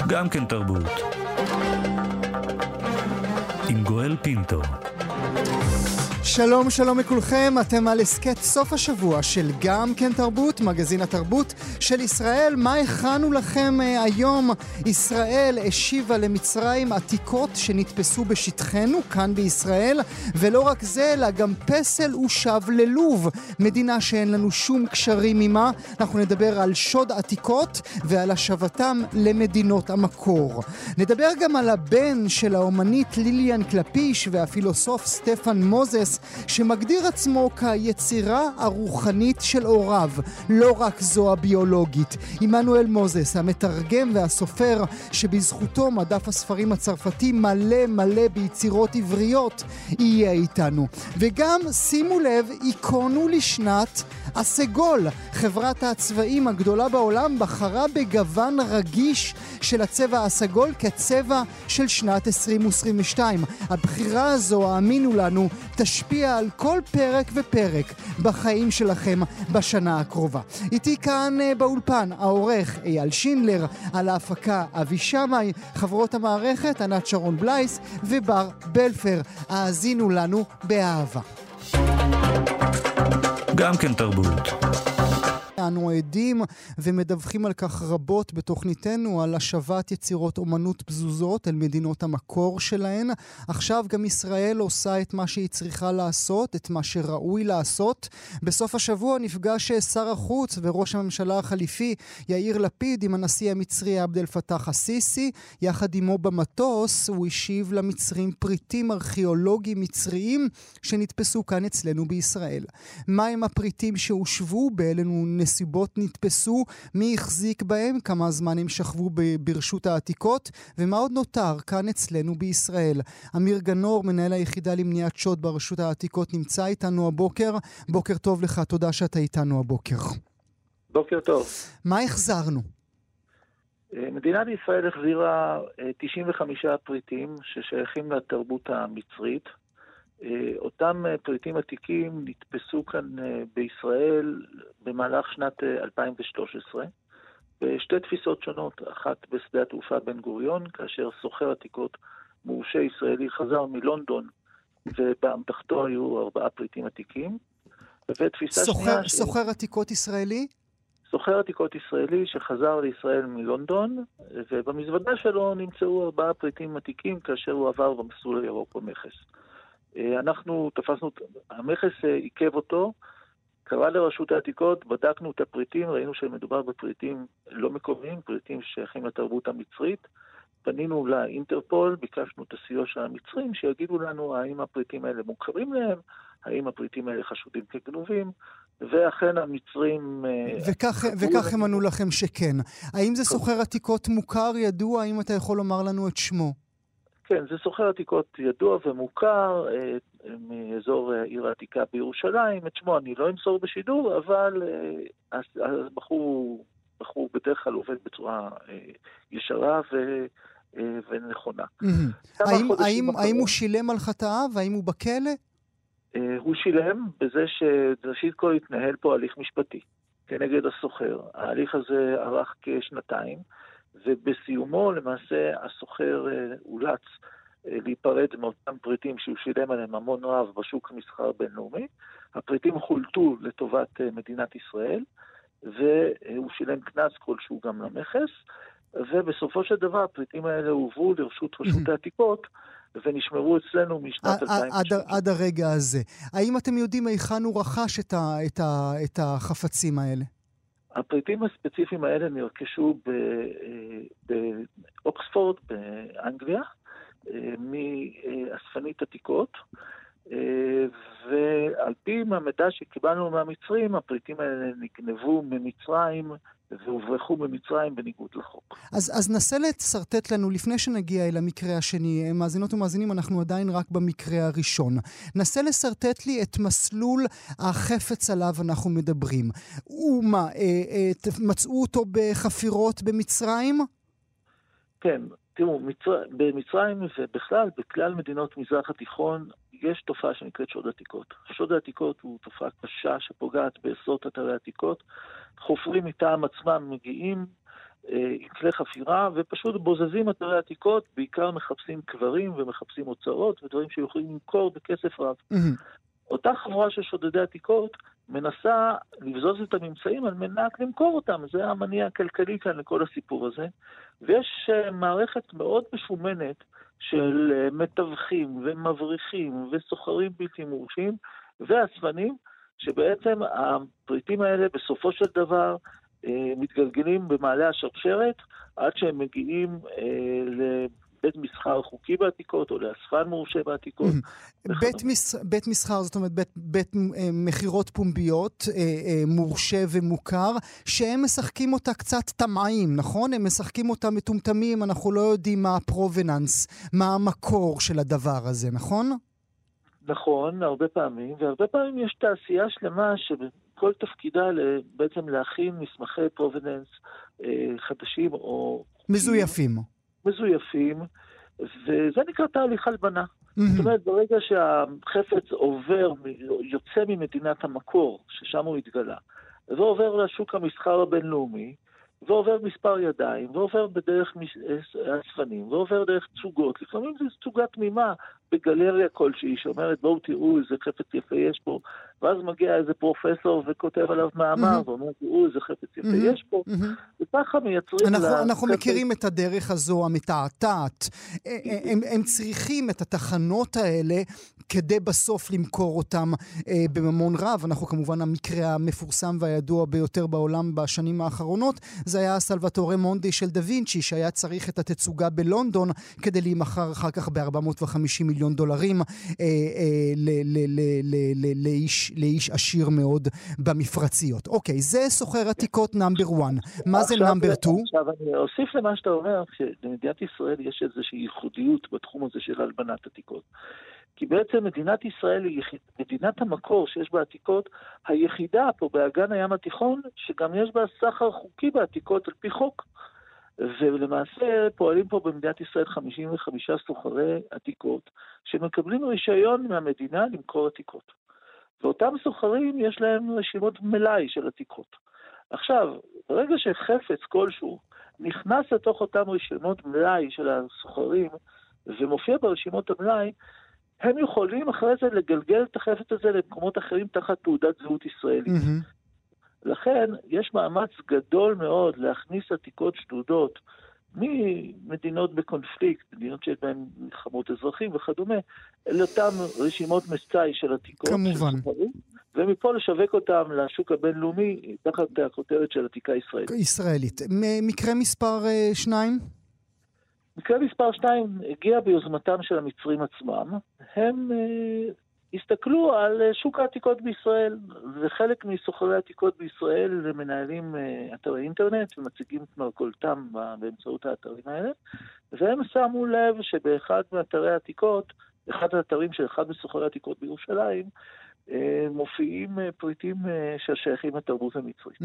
גם כן תרבות. עם גואל פינטו. שלום שלום לכולכם, אתם על הסקט סוף השבוע של גם כן תרבות, מגזין התרבות של ישראל. מה הכנו לכם היום? ישראל השיבה למצרים עתיקות שנתפסו בשטחנו כאן בישראל, ולא רק זה, אלא גם פסל ושב ללוב, מדינה שאין לנו שום קשרים עימה. אנחנו נדבר על שוד עתיקות ועל השבתם למדינות המקור. נדבר גם על הבן של האומנית ליליאן קלפיש והפילוסוף סטפן מוזס, שמגדיר עצמו כיצירה הרוחנית של הוריו, לא רק זו הביולוגית. עמנואל מוזס, המתרגם והסופר, שבזכותו מדף הספרים הצרפתי מלא מלא ביצירות עבריות, יהיה איתנו. וגם, שימו לב, איקונו לשנת הסגול. חברת הצבעים הגדולה בעולם בחרה בגוון רגיש של הצבע הסגול כצבע של שנת 2022. הבחירה הזו, האמינו לנו, תשפיע על כל פרק ופרק בחיים שלכם בשנה הקרובה. איתי כאן באולפן העורך אייל שינדלר, על ההפקה אבי שמאי, חברות המערכת ענת שרון בלייס ובר בלפר. האזינו לנו באהבה. גם כן תרבות. אנו עדים ומדווחים על כך רבות בתוכניתנו, על השבת יצירות אומנות בזוזות אל מדינות המקור שלהן. עכשיו גם ישראל עושה את מה שהיא צריכה לעשות, את מה שראוי לעשות. בסוף השבוע נפגש שר החוץ וראש הממשלה החליפי יאיר לפיד עם הנשיא המצרי עבד אל פתח א-סיסי. יחד עמו במטוס הוא השיב למצרים פריטים ארכיאולוגיים מצריים שנתפסו כאן אצלנו בישראל. מהם הפריטים שהושבו, באלנו נסיבות נתפסו, מי החזיק בהם, כמה זמן הם שכבו ברשות העתיקות, ומה עוד נותר כאן אצלנו בישראל. אמיר גנור, מנהל היחידה למניעת שוד ברשות העתיקות, נמצא איתנו הבוקר. בוקר טוב לך, תודה שאתה איתנו הבוקר. בוקר טוב. מה החזרנו? מדינת ישראל החזירה 95 פריטים ששייכים לתרבות המצרית. אותם פריטים עתיקים נתפסו כאן בישראל במהלך שנת 2013 בשתי תפיסות שונות. אחת בשדה התעופה בן גוריון, כאשר סוחר עתיקות מורשה ישראלי חזר מלונדון ובאמתחתו היו 4 פריטים עתיקים. ותפיסה שנייה... סוחר עתיקות ישראלי? סוחר עתיקות ישראלי שחזר לישראל מלונדון, ובמזוודה שלו נמצאו 4 פריטים עתיקים כאשר הוא עבר במסלול הירוק במכס. אנחנו תפסנו, המכס עיכב אותו, קרא לרשות העתיקות, בדקנו את הפריטים, ראינו שמדובר בפריטים לא מקוריים, פריטים שייכים לתרבות המצרית, פנינו לאינטרפול, ביקשנו את הסיוע של המצרים, שיגידו לנו האם הפריטים האלה מוכרים להם, האם הפריטים האלה חשודים כגנובים, ואכן המצרים... וכך הם ענו לכם שכן. האם זה סוחר עתיקות מוכר, ידוע, האם אתה יכול לומר לנו את שמו? כן, זה סוחר עתיקות ידוע ומוכר מאזור עיר העתיקה בירושלים. את שמו אני לא אמסור בשידור, אבל הבחור בדרך כלל עובד בצורה ישרה ונכונה. האם הוא שילם על חטאיו? האם הוא בכלא? הוא שילם בזה שראשית כל התנהל פה הליך משפטי כנגד הסוחר. ההליך הזה ארך כשנתיים, ובסיומו למעשה הסוחר אולץ להיפרד מאותם פריטים שהוא שילם עליהם המון רב בשוק המסחר בינלאומי. הפריטים חולטו לטובת מדינת ישראל, והוא שילם קנס כלשהו גם למכס, ובסופו של דבר הפריטים האלה הובאו לרשות רשות העתיקות, ונשמרו אצלנו משנת 2008. עד הרגע הזה. האם אתם יודעים היכן הוא רכש את החפצים האלה? הפריטים הספציפיים האלה נרכשו באוקספורד, באנגליה, מאספנית עתיקות, ועל פי המידע שקיבלנו מהמצרים, הפריטים האלה נגנבו ממצרים והוברחו ממצרים בניגוד לחוק. אז נסה לסרטט לנו, לפני שנגיע אל המקרה השני, מאזינות ומאזינים, אנחנו עדיין רק במקרה הראשון. נסה לסרטט לי את מסלול החפץ עליו אנחנו מדברים. ומה, מצאו אותו בחפירות במצרים? כן, תראו, במצרים ובכלל, בכלל מדינות מזרח התיכון, יש תופעה שנקראת שוד עתיקות. שוד העתיקות הוא תופעה קשה שפוגעת בעשרות אתרי עתיקות. חופרים מטעם עצמם מגיעים, עם כלי חפירה, ופשוט בוזזים אתרי עתיקות, בעיקר מחפשים קברים ומחפשים אוצרות, ודברים שיכולים למכור בכסף רב. אותה חברה של שודדי עתיקות מנסה לבזוז את הממצאים על מנת למכור אותם. זה המניע הכלכלי כאן לכל הסיפור הזה. ויש מערכת מאוד משומנת של מתווכים ומבריחים וסוחרים בלתי מורשים ואספנים, שבעצם הפריטים האלה בסופו של דבר מתגלגלים במעלה השרשרת, עד שהם מגיעים לבית מסחר חוקי בעתיקות, או לאספן מורשה בעתיקות. בית מסחר, זאת אומרת, בית מחירות פומביות, מורשה ומוכר, שהם משחקים אותה קצת תמאים, נכון? הם משחקים אותה מטומטמים, אנחנו לא יודעים מה הפרובננס, מה המקור של הדבר הזה, נכון? נכון, הרבה פעמים, והרבה פעמים יש תעשייה שלמה שכל תפקידה בעצם להכין מסמכי פרובננס חדשים או מזויפים, וזה נקרא תהליך הלבנה. זאת אומרת, ברגע שהחפץ יוצא ממדינת המקור, ששם הוא התגלה, ועובר לשוק המסחר הבינלאומי, ועובר מספר ידיים, ועובר בדרך אספנים, ועובר דרך צוגות. לפעמים זו צוגה תמימה בגלריה כלשהי, שאומרת, בואו תראו איזה חפץ יפה יש פה, ואז מגיע איזה פרופסור וכותב עליו מאמר, ואומר, תראו איזה חפץ יפה יש פה, וככה מייצרים... אנחנו מכירים את הדרך הזו, המתעתעת. הם צריכים את התחנות האלה, כדי בסוף למכור אותם בממון רב. אנחנו כמובן, המקרה המפורסם והידוע ביותר בעולם בשנים האחרונות, זה היה סלווטורה מונדי של דה וינצ'י, שהיה צריך את התצוגה בלונדון, כדי להימכר אחר כך $450 מיליון, לאיש עשיר מאוד במפרציות. אוקיי, זה סוחר עתיקות נאמבר 1. מה זה נאמבר 2? עכשיו אני אוסיף למה שאתה אומר, שלמדינת ישראל יש איזושהי ייחודיות בתחום הזה של הלבנת עתיקות. כי בעצם מדינת ישראל היא מדינת המקור שיש בה עתיקות, היחידה פה באגן הים התיכון, שגם יש בה סחר חוקי בעתיקות על פי חוק. ולמעשה פועלים פה במדינת ישראל 55 סוחרי עתיקות, שמקבלים רישיון מהמדינה למכור עתיקות. ואותם סוחרים יש להם רשימות מלאי של עתיקות. עכשיו, ברגע שחפץ כלשהו נכנס לתוך אותם רשימות מלאי של הסוחרים, ומופיע ברשימות המלאי, הם יכולים אחרי זה לגלגל את החפץ הזה למקומות אחרים תחת תעודת זהות ישראלית. לכן יש מאמץ גדול מאוד להכניס עתיקות שדודות ממדינות בקונפליקט, מדינות שיש בהן מלחמות אזרחים וכדומה, אל אותם רשימות מצאי של עתיקות. כמובן. ומפה לשווק אותם לשוק הבינלאומי תחת הכותרת של עתיקה ישראלית. ישראלית. מקרה מספר 2? מקרה מספר 2 הגיע ביוזמתם של המצרים עצמם. הם הסתכלו על שוק העתיקות בישראל, וחלק מסוחרי העתיקות בישראל מנהלים אתרי אינטרנט ומציגים את מרכולתם באמצעות האתרים האלה, והם שמו לב שבאחד מאתרי העתיקות, אחד האתרים של אחד מסוחרי העתיקות בירושלים, מופיעים פריטים ששייכים לתרבות המצרית.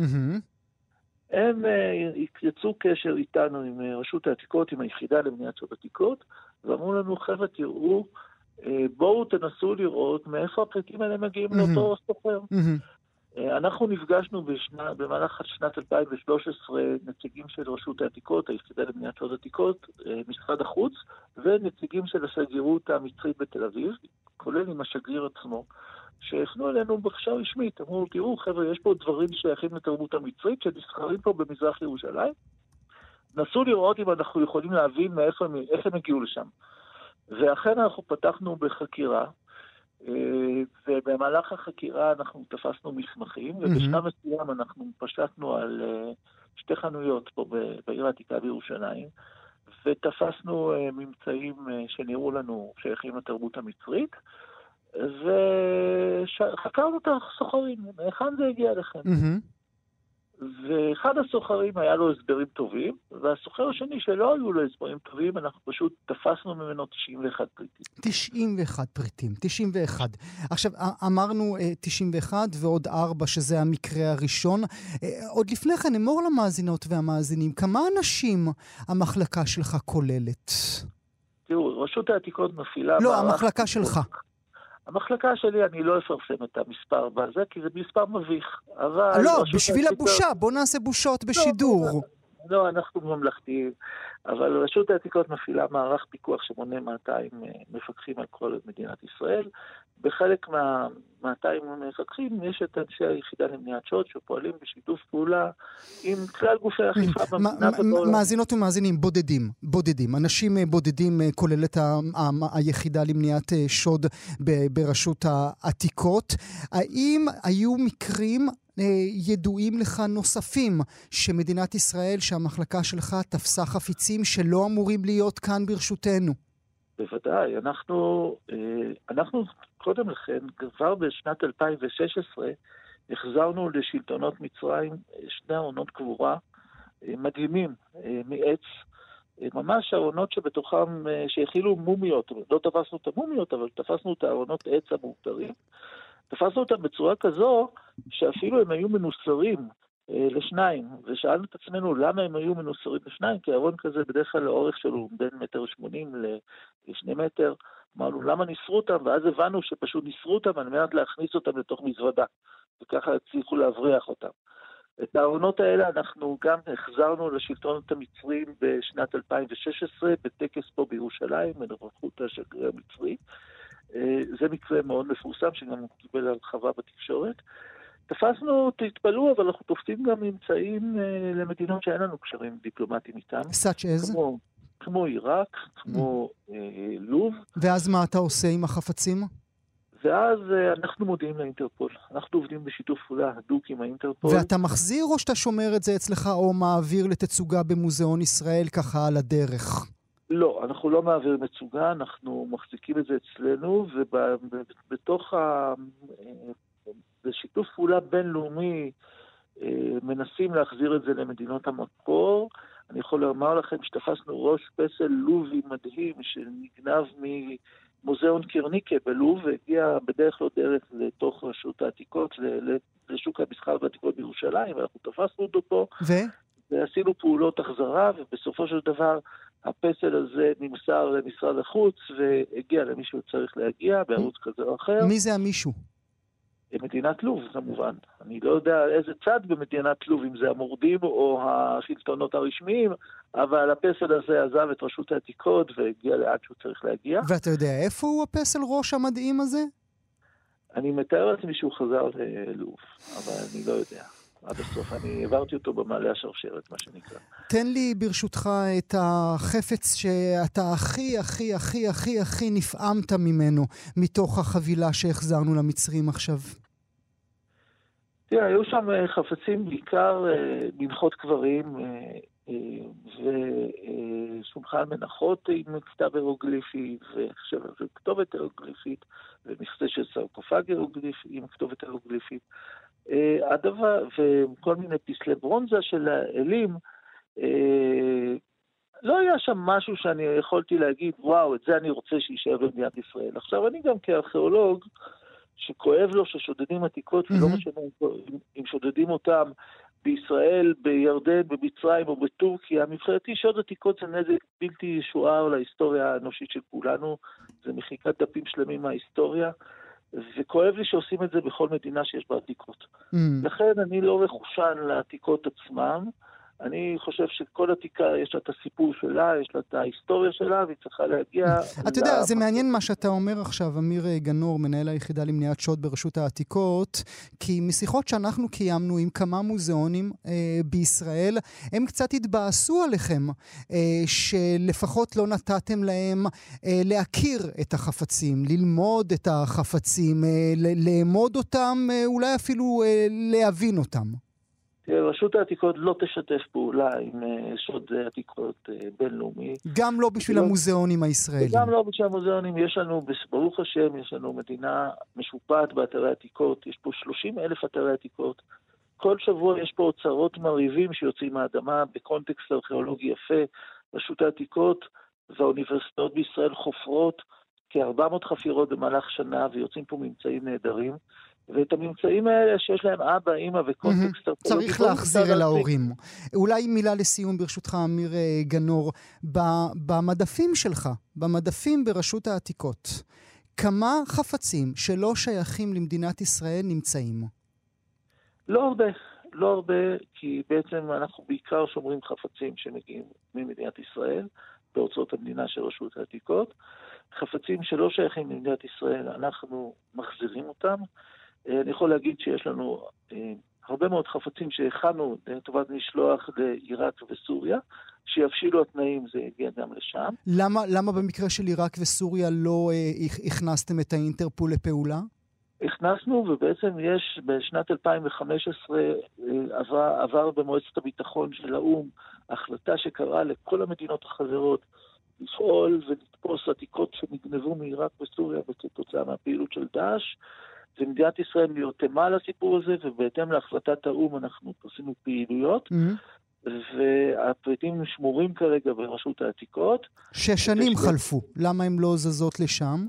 הם יצאו קשר איתנו עם רשות העתיקות, עם היחידה למניעת שוד עתיקות, ואמרו לנו, חבר'ה, תראו, בואו תנסו לראות מאיפה הפריטים האלה מגיעים לאותו סוחר. אנחנו נפגשנו במהלך שנת 2013 נציגים של רשות העתיקות, היחידה למניעת שוד עתיקות, משרד החוץ, ונציגים של השגרירות המצרית בתל אביב, כולל עם השגריר עצמו, שהפנו אלינו בקשה רשמית. אמרו, תראו חבר'ה, יש פה דברים שייכים לתרבות המצרית שנסחרים פה במזרח ירושלים. נסו לראות אם אנחנו יכולים להבין איך הם הגיעו לשם. ואכן אנחנו פתחנו בחקירה, ובמהלך החקירה אנחנו תפסנו מסמכים, ובשלב מסוים אנחנו פשטנו על שתי חנויות פה בעיר העתיקה בירושלים, ותפסנו ממצאים שנראו לנו שייכים לתרבות המצרית, וחקרנו את הסוחרים, מהיכן זה הגיע לכם. ואחד הסוחרים היה לו הסברים טובים, והסוחר השני שלא היו לו הסברים טובים, אנחנו פשוט תפסנו ממנו 91 פריטים. 91 פריטים, 91. עכשיו, אמרנו 91 ועוד 4, שזה המקרה הראשון. עוד לפני כן, אמור למאזינות והמאזינים, כמה אנשים המחלקה שלך כוללת? תראו, רשות העתיקות מפעילה... לא, המחלקה שלך. המחלקה שלי, אני לא אפרסם את המספר בזה, כי זה מספר מביך. לא, בשביל הבושה, בוא נעשה בושות בשידור. לא, אנחנו ממלכתיים, אבל רשות העתיקות מפעילה מערך פיקוח שמונה 200 מפקחים על כל מדינת ישראל. בחלק מה-200 מפקחים יש את אנשי היחידה למניעת שוד שפועלים בשיתוף פעולה עם כלל גופי האכיפה במדינה ובעולם. מאזינות ומאזינים בודדים, אנשים בודדים כולל את היחידה למניעת שוד ברשות העתיקות. האם היו מקרים ידועים לך נוספים שמדינת ישראל, שהמחלקה שלך תפסה חפיצים שלא אמורים להיות כאן ברשותנו? בוודאי, אנחנו קודם לכן, כבר בשנת 2016, החזרנו לשלטונות מצרים 2 ארונות קבורה מדהימים מעץ, ממש ארונות שבתוכם, שהכילו מומיות, לא תפסנו את המומיות, אבל תפסנו את הארונות עץ המאותרים. תפסנו אותם בצורה כזו שאפילו הם היו מנוסרים לשניים, ושאלנו את עצמנו למה הם היו מנוסרים לשניים, כי ארון כזה בדרך כלל לאורך שלו בין 1.80 ל2 מטר, אמרנו למה ניסרו אותם, ואז הבנו שפשוט ניסרו אותם על מנת להכניס אותם לתוך מזוודה, וככה הצליחו להבריח אותם. את הארונות האלה אנחנו גם החזרנו לשלטונות המצרים בשנת 2016, בטקס פה בירושלים, בנוכחות השגריר המצרי. זה מקרה מאוד מפורסם, שגם קיבל הרחבה בתקשורת. תפסנו, תתפלאו, אבל אנחנו תופסים גם ממצאים למדינות שאין לנו קשרים דיפלומטיים איתם. such as? כמו עיראק, כמו לוב. ואז מה אתה עושה עם החפצים? ואז אנחנו מודיעים לאינטרפול. אנחנו עובדים בשיתוף פעולה הדוק עם האינטרפול. ואתה מחזיר או שאתה שומר את זה אצלך או מעביר לתצוגה במוזיאון ישראל ככה על הדרך? לא, אנחנו לא מעבירים מצוגה, אנחנו מחזיקים את זה אצלנו, ובתוך בשיתוף פעולה בינלאומי מנסים להחזיר את זה למדינות המקור. אני יכול לומר לכם שתפסנו ראש פסל לובי מדהים שנגנב ממוזיאון קרניקה בלוב, והגיע בדרך לא דרך לתוך רשות העתיקות, לשוק המסחר והעתיקות בירושלים, ואנחנו תפסנו אותו פה. ועשינו פעולות החזרה, ובסופו של דבר הפסל הזה נמסר למשרד החוץ, והגיע למי שהוא צריך להגיע, בערוץ כזה או אחר. מי זה המישהו? מדינת לוב, כמובן. אני לא יודע איזה צד במדינת לוב, אם זה המורדים או השלטונות הרשמיים, אבל הפסל הזה עזב את רשות העתיקות, והגיע לאן שהוא צריך להגיע. ואתה יודע איפה הוא הפסל ראש המדהים הזה? אני מתאר לעצמי שהוא חזר ללוב, אבל אני לא יודע. עד הסוף, אני העברתי אותו במעלה השרשרת, מה שנקרא. תן לי ברשותך את החפץ שאתה הכי נפעמת ממנו, מתוך החבילה שהחזרנו למצרים עכשיו. תראה, היו שם חפצים בעיקר מנחות קברים, ושולחן מנחות עם כתב אירוגליפי, וכתובת אירוגליפית, ומכסה של סרקופג אירוגליפי עם כתובת אירוגליפית. הדבר, וכל מיני פסלי ברונזה של האלים, לא היה שם משהו שאני יכולתי להגיד, וואו, את זה אני רוצה שישאר במדינת ישראל. עכשיו, אני גם כארכיאולוג, שכואב לו ששודדים עתיקות, ולא משנה אם שודדים אותם בישראל, בירדן, במצרים או בטורקיה, מבחינתי שוד עתיקות זה נזק בלתי ישוער להיסטוריה האנושית של כולנו, זה מחיקת דפים שלמים מההיסטוריה, וכואב לי שעושים את זה בכל מדינה שיש בה עתיקות. לכן אני לא רכושן לעתיקות עצמם, אני חושב שכל עתיקה יש לה את הסיפור שלה, יש לה את ההיסטוריה שלה, והיא צריכה להגיע... אתה יודע, זה מעניין מה שאתה אומר עכשיו, אמיר גנור, מנהל היחידה למניעת שוד ברשות העתיקות, כי משיחות שאנחנו קיימנו עם כמה מוזיאונים בישראל, הם קצת התבאסו עליכם, שלפחות לא נתתם להם להכיר את החפצים, ללמוד את החפצים, לאמוד אותם, אולי אפילו להבין אותם. רשות העתיקות לא תשתף פעולה עם שוד עתיקות בינלאומי. גם לא בשביל המוזיאונים הישראלים. גם לא בשביל המוזיאונים. יש לנו, ברוך השם, יש לנו מדינה משופעת באתרי עתיקות. יש פה 30,000 אתרי עתיקות. כל שבוע יש פה אוצרות מרהיבים שיוצאים מהאדמה בקונטקסט ארכיאולוגי יפה. רשות העתיקות והאוניברסיטאות בישראל חופרות כ-400 חפירות במהלך שנה, ויוצאים פה ממצאים נהדרים. ואת הממצאים האלה שיש להם אבא, אמא וקונטקסט ארכיאולוגי. צריך להחזיר אל ההורים. אולי מילה לסיום ברשותך, אמיר גנור, במדפים שלך, במדפים ברשות העתיקות, כמה חפצים שלא שייכים למדינת ישראל נמצאים? לא הרבה. לא הרבה, כי בעצם אנחנו בעיקר שומרים חפצים שמגיעים ממדינת ישראל, באוצרות המדינה של רשות העתיקות. חפצים שלא שייכים למדינת ישראל, אנחנו מחזירים אותם. אני יכול להגיד שיש לנו הרבה מאוד חפצים שהכנו לטובת משלוח לעיראק וסוריה, שיבשילו התנאים, זה יגיע גם לשם. למה במקרה של עיראק וסוריה לא הכנסתם את האינטרפול לפעולה? הכנסנו, ובעצם יש בשנת 2015 עבר במועצת הביטחון של האו"ם החלטה שקראה לכל המדינות החברות לפעול ולתפוס עתיקות שנגנבו מעיראק וסוריה כתוצאה מהפעילות של דאעש, ומדינת ישראל נרתמה לסיפור הזה, ובהתאם להחלטת האו"ם אנחנו עשינו פעילויות, והפריטים שמורים כרגע ברשות העתיקות. 6 שנים חלפו, למה הם לא זזות לשם?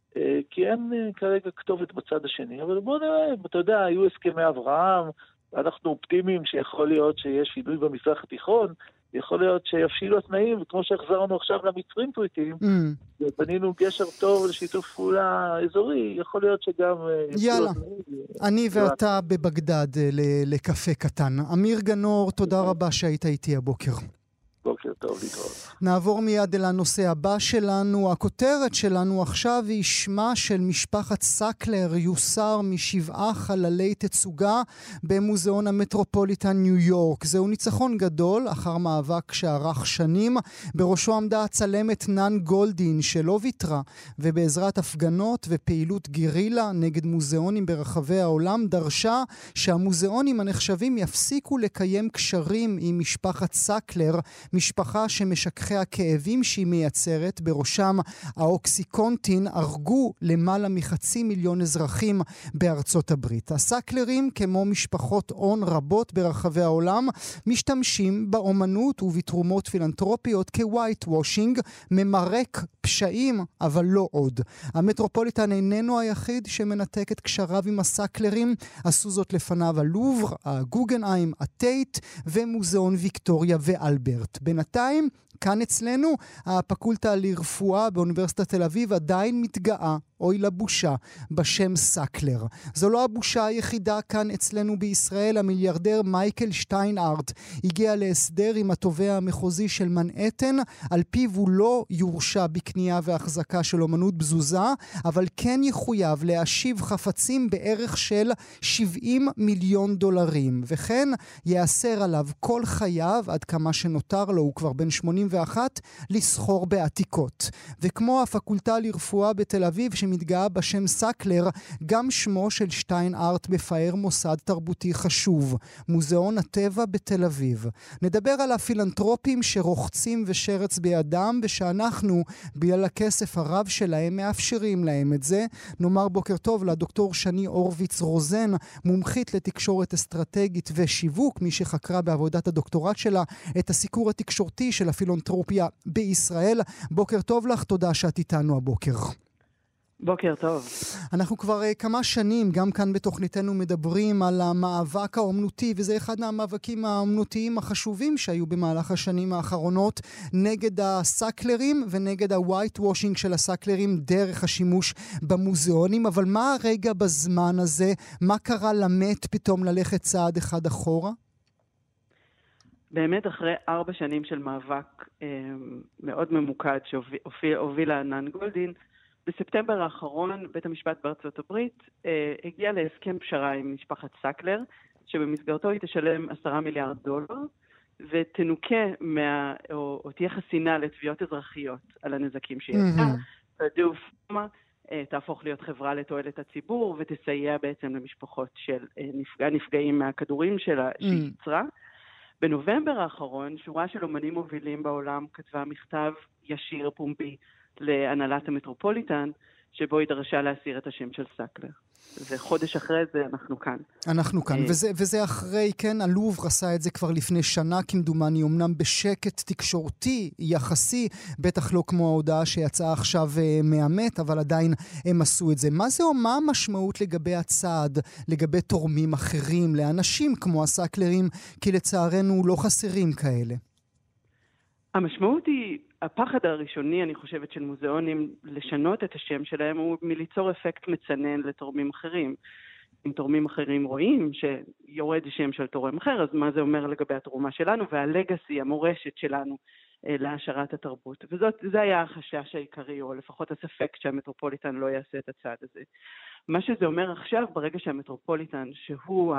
כי אין כרגע כתובת בצד השני, אבל בוא נראה, אתה יודע, היו הסכמי אברהם, אנחנו אופטימיים שיכול להיות שיש שינוי במזרח התיכון, יכול להיות שיפשילו התנאים, וכמו שהחזרנו עכשיו למצרים פריטים, ובנינו גשר טוב לשיתוף פעולה אזורי, יכול להיות שגם... יאללה, אני ואתה בבגדד לקפה קטן. אמיר גנור, תודה רבה שהיית איתי הבוקר. בוקר טוב, להתראות. נעבור מיד אל הנושא הבא שלנו. הכותרת שלנו עכשיו היא שמה של משפחת סקלר יוסר מ7 חללי תצוגה במוזיאון המטרופוליטן ניו יורק. זהו ניצחון גדול אחר מאבק שארך שנים. בראשו עמדה הצלמת נאן גולדין שלא ויתרה, ובעזרת הפגנות ופעילות גירילה נגד מוזיאונים ברחבי העולם דרשה שהמוזיאונים הנחשבים יפסיקו לקיים קשרים עם משפחת סקלר, משפחה שמשככי הכאבים שהיא מייצרת, בראשם האוקסיקונטין, הרגו למעלה מ500,000 אזרחים בארצות הברית. הסקלרים, כמו משפחות הון רבות ברחבי העולם, משתמשים באומנות ובתרומות פילנטרופיות כווייט וושינג, ממרק פשעים, אבל לא עוד. המטרופוליטן איננו היחיד שמנתק את קשריו עם הסקלרים, עשו זאת לפניו הלובר, הגוגנהיים, הטייט ומוזיאון ויקטוריה ואלברט. בינתיים, כאן אצלנו, הפקולטה לרפואה באוניברסיטת תל אביב עדיין מתגאה, אוי לבושה, בשם סקלר. זו לא הבושה היחידה כאן אצלנו בישראל. המיליארדר מייקל שטיינארט הגיע להסדר עם התובע המחוזי של מנהטן, על פיו הוא לא יורשע בקנייה והחזקה של אומנות בזוזה, אבל כן יחויב להשיב חפצים בערך של $70 מיליון, וכן יאסר עליו כל חייו, עד כמה שנותר לו, הוא כבר בן 81, לסחור בעתיקות. וכמו הפקולטה לרפואה בתל אביב שמתגאה בשם סקלר, גם שמו של שטיינארט מפאר מוסד תרבותי חשוב, מוזיאון הטבע בתל אביב. נדבר על הפילנטרופים שרוחצים ושרץ בידם, ושאנחנו, בגלל הכסף הרב שלהם, מאפשרים להם את זה. נאמר בוקר טוב לדוקטור שני אורוויץ רוזן, מומחית לתקשורת אסטרטגית ושיווק, מי שחקרה בעבודת הדוקטורט שלה את הסיקור התקשורתי של הפילנטרופיה בישראל. בוקר טוב לך, תודה שאת איתנו הבוקר. בוקר טוב. אנחנו כבר כמה שנים, גם כאן בתוכניתנו, מדברים על המאבק האומנותי, וזה אחד מהמאבקים האומנותיים החשובים שהיו במהלך השנים האחרונות, נגד הסקלרים ונגד הווייט וושינג של הסקלרים דרך השימוש במוזיאונים. אבל מה הרגע בזמן הזה? מה קרה למת פתאום ללכת צעד אחד אחורה? באמת אחרי 4 שנים של מאבק מאוד ממוקד שהובילה נאן גולדין, בספטמבר האחרון בית המשפט בארצות הברית הגיע להסכם פשרה עם משפחת סקלר, שבמסגרתו היא תשלם $10 מיליארד ותנוקה או תהיה חסינה לתביעות אזרחיות על הנזקים שהיא עשתה. פרדו פארמה תהפוך להיות חברה לתועלת הציבור ותסייע בעצם למשפחות של נפגעים מהכדורים שלה שהיא יצרה. בנובמבר האחרון שורה של אומנים מובילים בעולם כתבה מכתב ישיר פומבי להנהלת המטרופוליטן, שבו היא דרשה להסיר את השם של סקלר. וחודש אחרי זה אנחנו כאן. אנחנו כאן, וזה אחרי, כן, הלובר עשה את זה כבר לפני שנה, כמדומני, אמנם בשקט תקשורתי יחסי, בטח לא כמו ההודעה שיצאה עכשיו מהמת, אבל עדיין הם עשו את זה. מה זה או מה המשמעות לגבי הצעד, לגבי תורמים אחרים, לאנשים כמו הסקלרים, כי לצערנו לא חסרים כאלה? המשמעות היא, הפחד הראשוני, אני חושבת, של מוזיאונים לשנות את השם שלהם הוא מליצור אפקט מצנן לתורמים אחרים. אם תורמים אחרים רואים שיורד שם של תורם אחר, אז מה זה אומר לגבי התרומה שלנו והלגאסי, המורשת שלנו להשארת התרבות. וזה היה החשש העיקרי, או לפחות הספק שהמטרופוליטן לא יעשה את הצעד הזה. מה שזה אומר עכשיו, ברגע שהמטרופוליטן, שהוא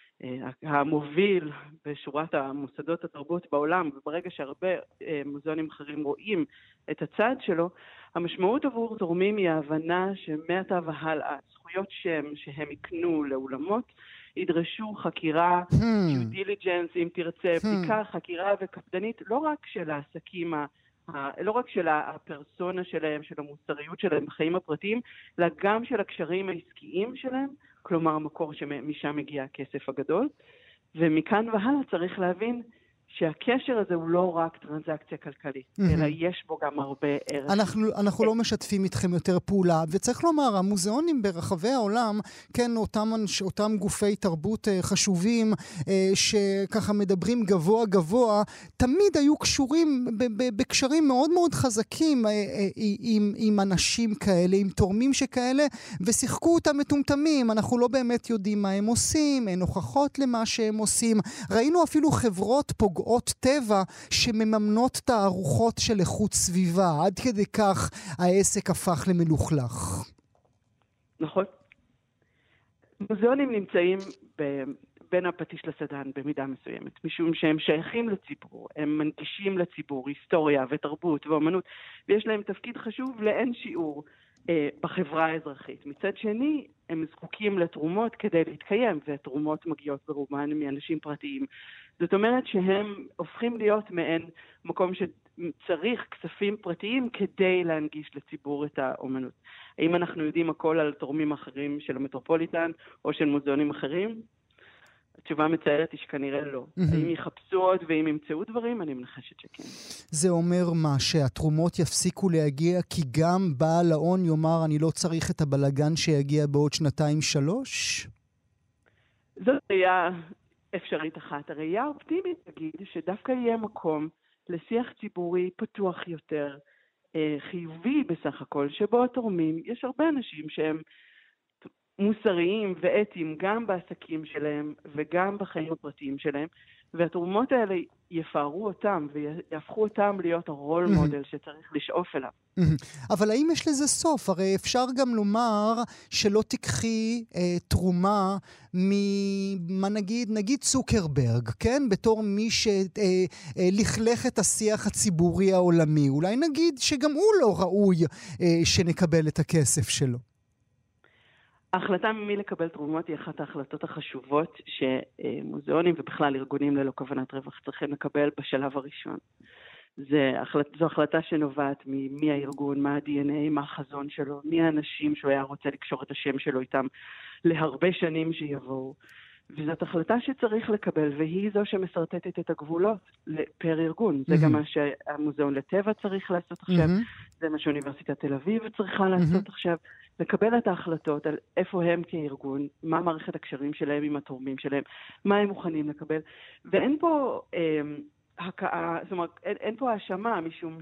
המוביל בשורת המוסדות התרבות בעולם, וברגע שהרבה מוזיאונים אחרים רואים את הצעד שלו, המשמעות עבור תורמים היא ההבנה שמעתה והלאה, זכויות שם שהם יקנו לאולמות, ידרשו חקירה, due diligence, אם תרצה, בדיקה, חקירה וקפדנית, לא רק של העסקים, לא רק של הפרסונה שלהם, של המוסריות שלהם בחיים הפרטיים, אלא גם של הקשרים העסקיים שלהם, כלומר המקור שמשם מגיע הכסף הגדול. ומכאן והלאה צריך להבין שהקשר הזה הוא לא רק טרנזקציה כלכלית, אלא יש בו גם הרבה ערך. אנחנו לא משתפים איתכם יותר פעולה, וצריך לומר, המוזיאונים ברחבי העולם, כן, אותם גופי תרבות חשובים, שככה מדברים גבוה גבוה, תמיד היו קשורים בקשרים מאוד מאוד חזקים עם אנשים כאלה, עם תורמים שכאלה, ושיחקו אותם מטומטמים. אנחנו לא באמת יודעים מה הם עושים, אין הוכחות למה שהם עושים. ראינו אפילו חברות פוגעות טבע שמממנות תערוכות של איכות סביבה. עד כדי כך העסק הפך למלוכלך. נכון. מוזיאונים נמצאים בין הפטיש לסדן במידה מסוימת, משום שהם שייכים לציבור, הם מנגישים לציבור היסטוריה ותרבות ואומנות, ויש להם תפקיד חשוב לאין שיעור בחברה האזרחית. מצד שני, הם זקוקים לתרומות כדי להתקיים, והתרומות מגיעות ברובן מאנשים פרטיים. זאת אומרת שהם הופכים להיות מעין מקום שצריך כספים פרטיים כדי להנגיש לציבור את האומנות. האם אנחנו יודעים הכל על תורמים אחרים של המטרופוליטן או של מוזיאונים אחרים? התשובה מצערת היא שכנראה לא. האם יחפשו עוד ואם ימצאו דברים? אני מנחשת שכן. זה אומר מה? שהתרומות יפסיקו להגיע כי גם בעל ההון יאמר אני לא צריך את הבלגן שיגיע בעוד 2-3? זאת ראייה אפשרית אחת. הראייה האופטימית תגיד שדווקא יהיה מקום לשיח ציבורי פתוח יותר, חיובי בסך הכל, שבו התורמים, יש הרבה אנשים שהם מוסריים ואתיים גם בעסקים שלהם וגם בחיים הפרטיים שלהם, והתרומות האלה יפארו אותם ויהפכו אותם להיות הרול מודל שצריך לשאוף אליו. אבל האם יש לזה סוף? הרי אפשר גם לומר שלא תיקחי תרומה ממה נגיד צוקרברג, כן? בתור מי שלכלך את השיח הציבורי העולמי. אולי נגיד שגם הוא לא ראוי שנקבל את הכסף שלו. ההחלטה ממי לקבל תרומות היא אחת ההחלטות החשובות שמוזיאונים ובכלל ארגונים ללא כוונת רווח צריכים לקבל בשלב הראשון. זו החלטה שנובעת ממי הארגון, מה ה-DNA, מה החזון שלו, מי האנשים שהוא היה רוצה לקשור את השם שלו איתם להרבה שנים שיבואו. וזאת החלטה שצריך לקבל, והיא זו שמסרטטת את הגבולות פר ארגון. זה גם מה שהמוזיאון לטבע צריך לעשות עכשיו, זה מה שאוניברסיטת תל אביב צריכה לעשות עכשיו, לקבל את ההחלטות על איפה הם כארגון, מה מערכת הקשרים שלהם עם התורמים שלהם, מה הם מוכנים לקבל. ואין פה זאת אומרת, אין פה האשמה, משום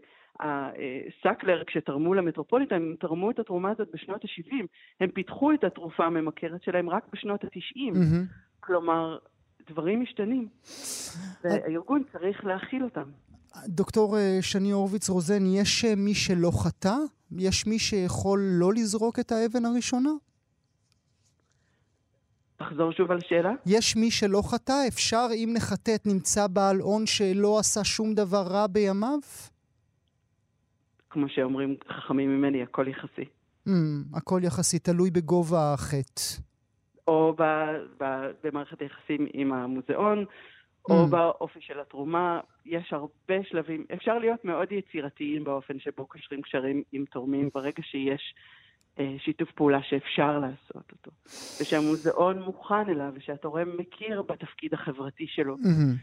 סקלר, כשתרמו למטרופוליטן, הם תרמו את התרומה הזאת בשנות ה-70, הם פיתחו את התרופה הממכרת שלהם רק בשנות ה-90. כלומר, דברים משתנים, והארגון צריך להכיל אותם. דוקטור שני הורוביץ רוזן, יש מי שלא חטא? יש מי שיכול לא לזרוק את האבן הראשונה? תחזור שוב על השאלה. יש מי שלא חטא? אפשר, אם נחטאת, נמצא בעל הון שלא עשה שום דבר רע בימיו? כמו שאומרים חכמים ממני, הכל יחסי. הכל יחסי, תלוי בגובה החטא. או במערכת היחסים עם המוזיאון, או באופי של התרומה. יש הרבה שלבים. אפשר להיות מאוד יצירתיים באופן שבו קשרים קשרים עם תורמים, ברגע שיש שיתוף פעולה שאפשר לעשות אותו. ושהמוזיאון מוכן אליו, ושהתורם מכיר בתפקיד החברתי שלו.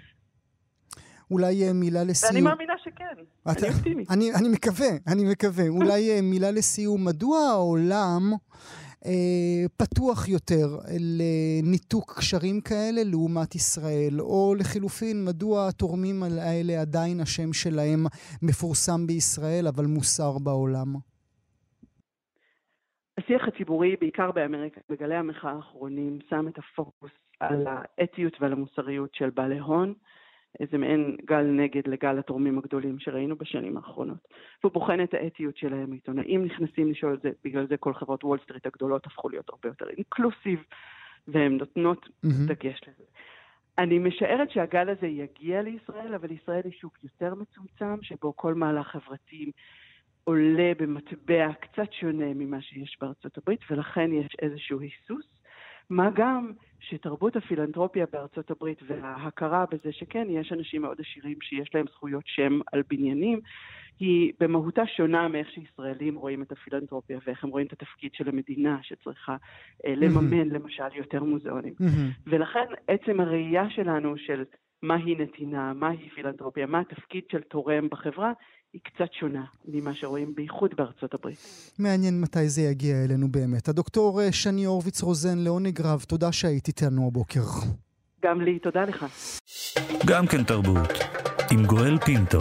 אולי מילה לסיום. ואני מאמינה שכן, אני אופטימית. אני מקווה. אולי מילה לסיום. מדוע העולם פתוח יותר לניתוק קשרים כאלה לעומת ישראל? או לחילופין, מדוע התורמים האלה עדיין השם שלהם מפורסם בישראל, אבל מוסר בעולם? השיח הציבורי, בעיקר באמריקה, בגלי המחאה האחרונים, שם את הפוקוס על האתיות ועל המוסריות של בעלי הון, איזה מעין גל נגד לגל התורמים הגדולים שראינו בשנים האחרונות. והוא בוחן את האתיות שלהם, עיתונאים נכנסים לשאול את זה, בגלל זה כל חברות וול סטריט הגדולות הפכו להיות הרבה יותר אינקלוסיב, והן נותנות דגש לזה. אני משערת שהגל הזה יגיע לישראל, אבל ישראל היא שוק יותר מצומצם, שבו כל מהלך חברתי עולה במטבע קצת שונה ממה שיש בארצות הברית, ולכן יש איזשהו היסוס. מה גם שתרבות הפילנתרופיה בארצות הברית וההכרה בזה שכן, יש אנשים מאוד עשירים שיש להם זכויות שם על בניינים, היא במהותה שונה מאיך שישראלים רואים את הפילנתרופיה, ואיך הם רואים את התפקיד של המדינה שצריכה לממן למשל יותר מוזיאונים. ולכן עצם הראייה שלנו של מהי נתינה, מהי פילנתרופיה, מה התפקיד של תורם בחברה, היא קצת שונה ממה שרואים בייחוד בארצות הברית. מעניין מתי זה יגיע אלינו באמת. הדוקטור שני הורוביץ רוזן, לעונג רב, תודה שהיית איתנו הבוקר. גם לי, תודה לך. גם כן תרבות, עם גואל פינטו.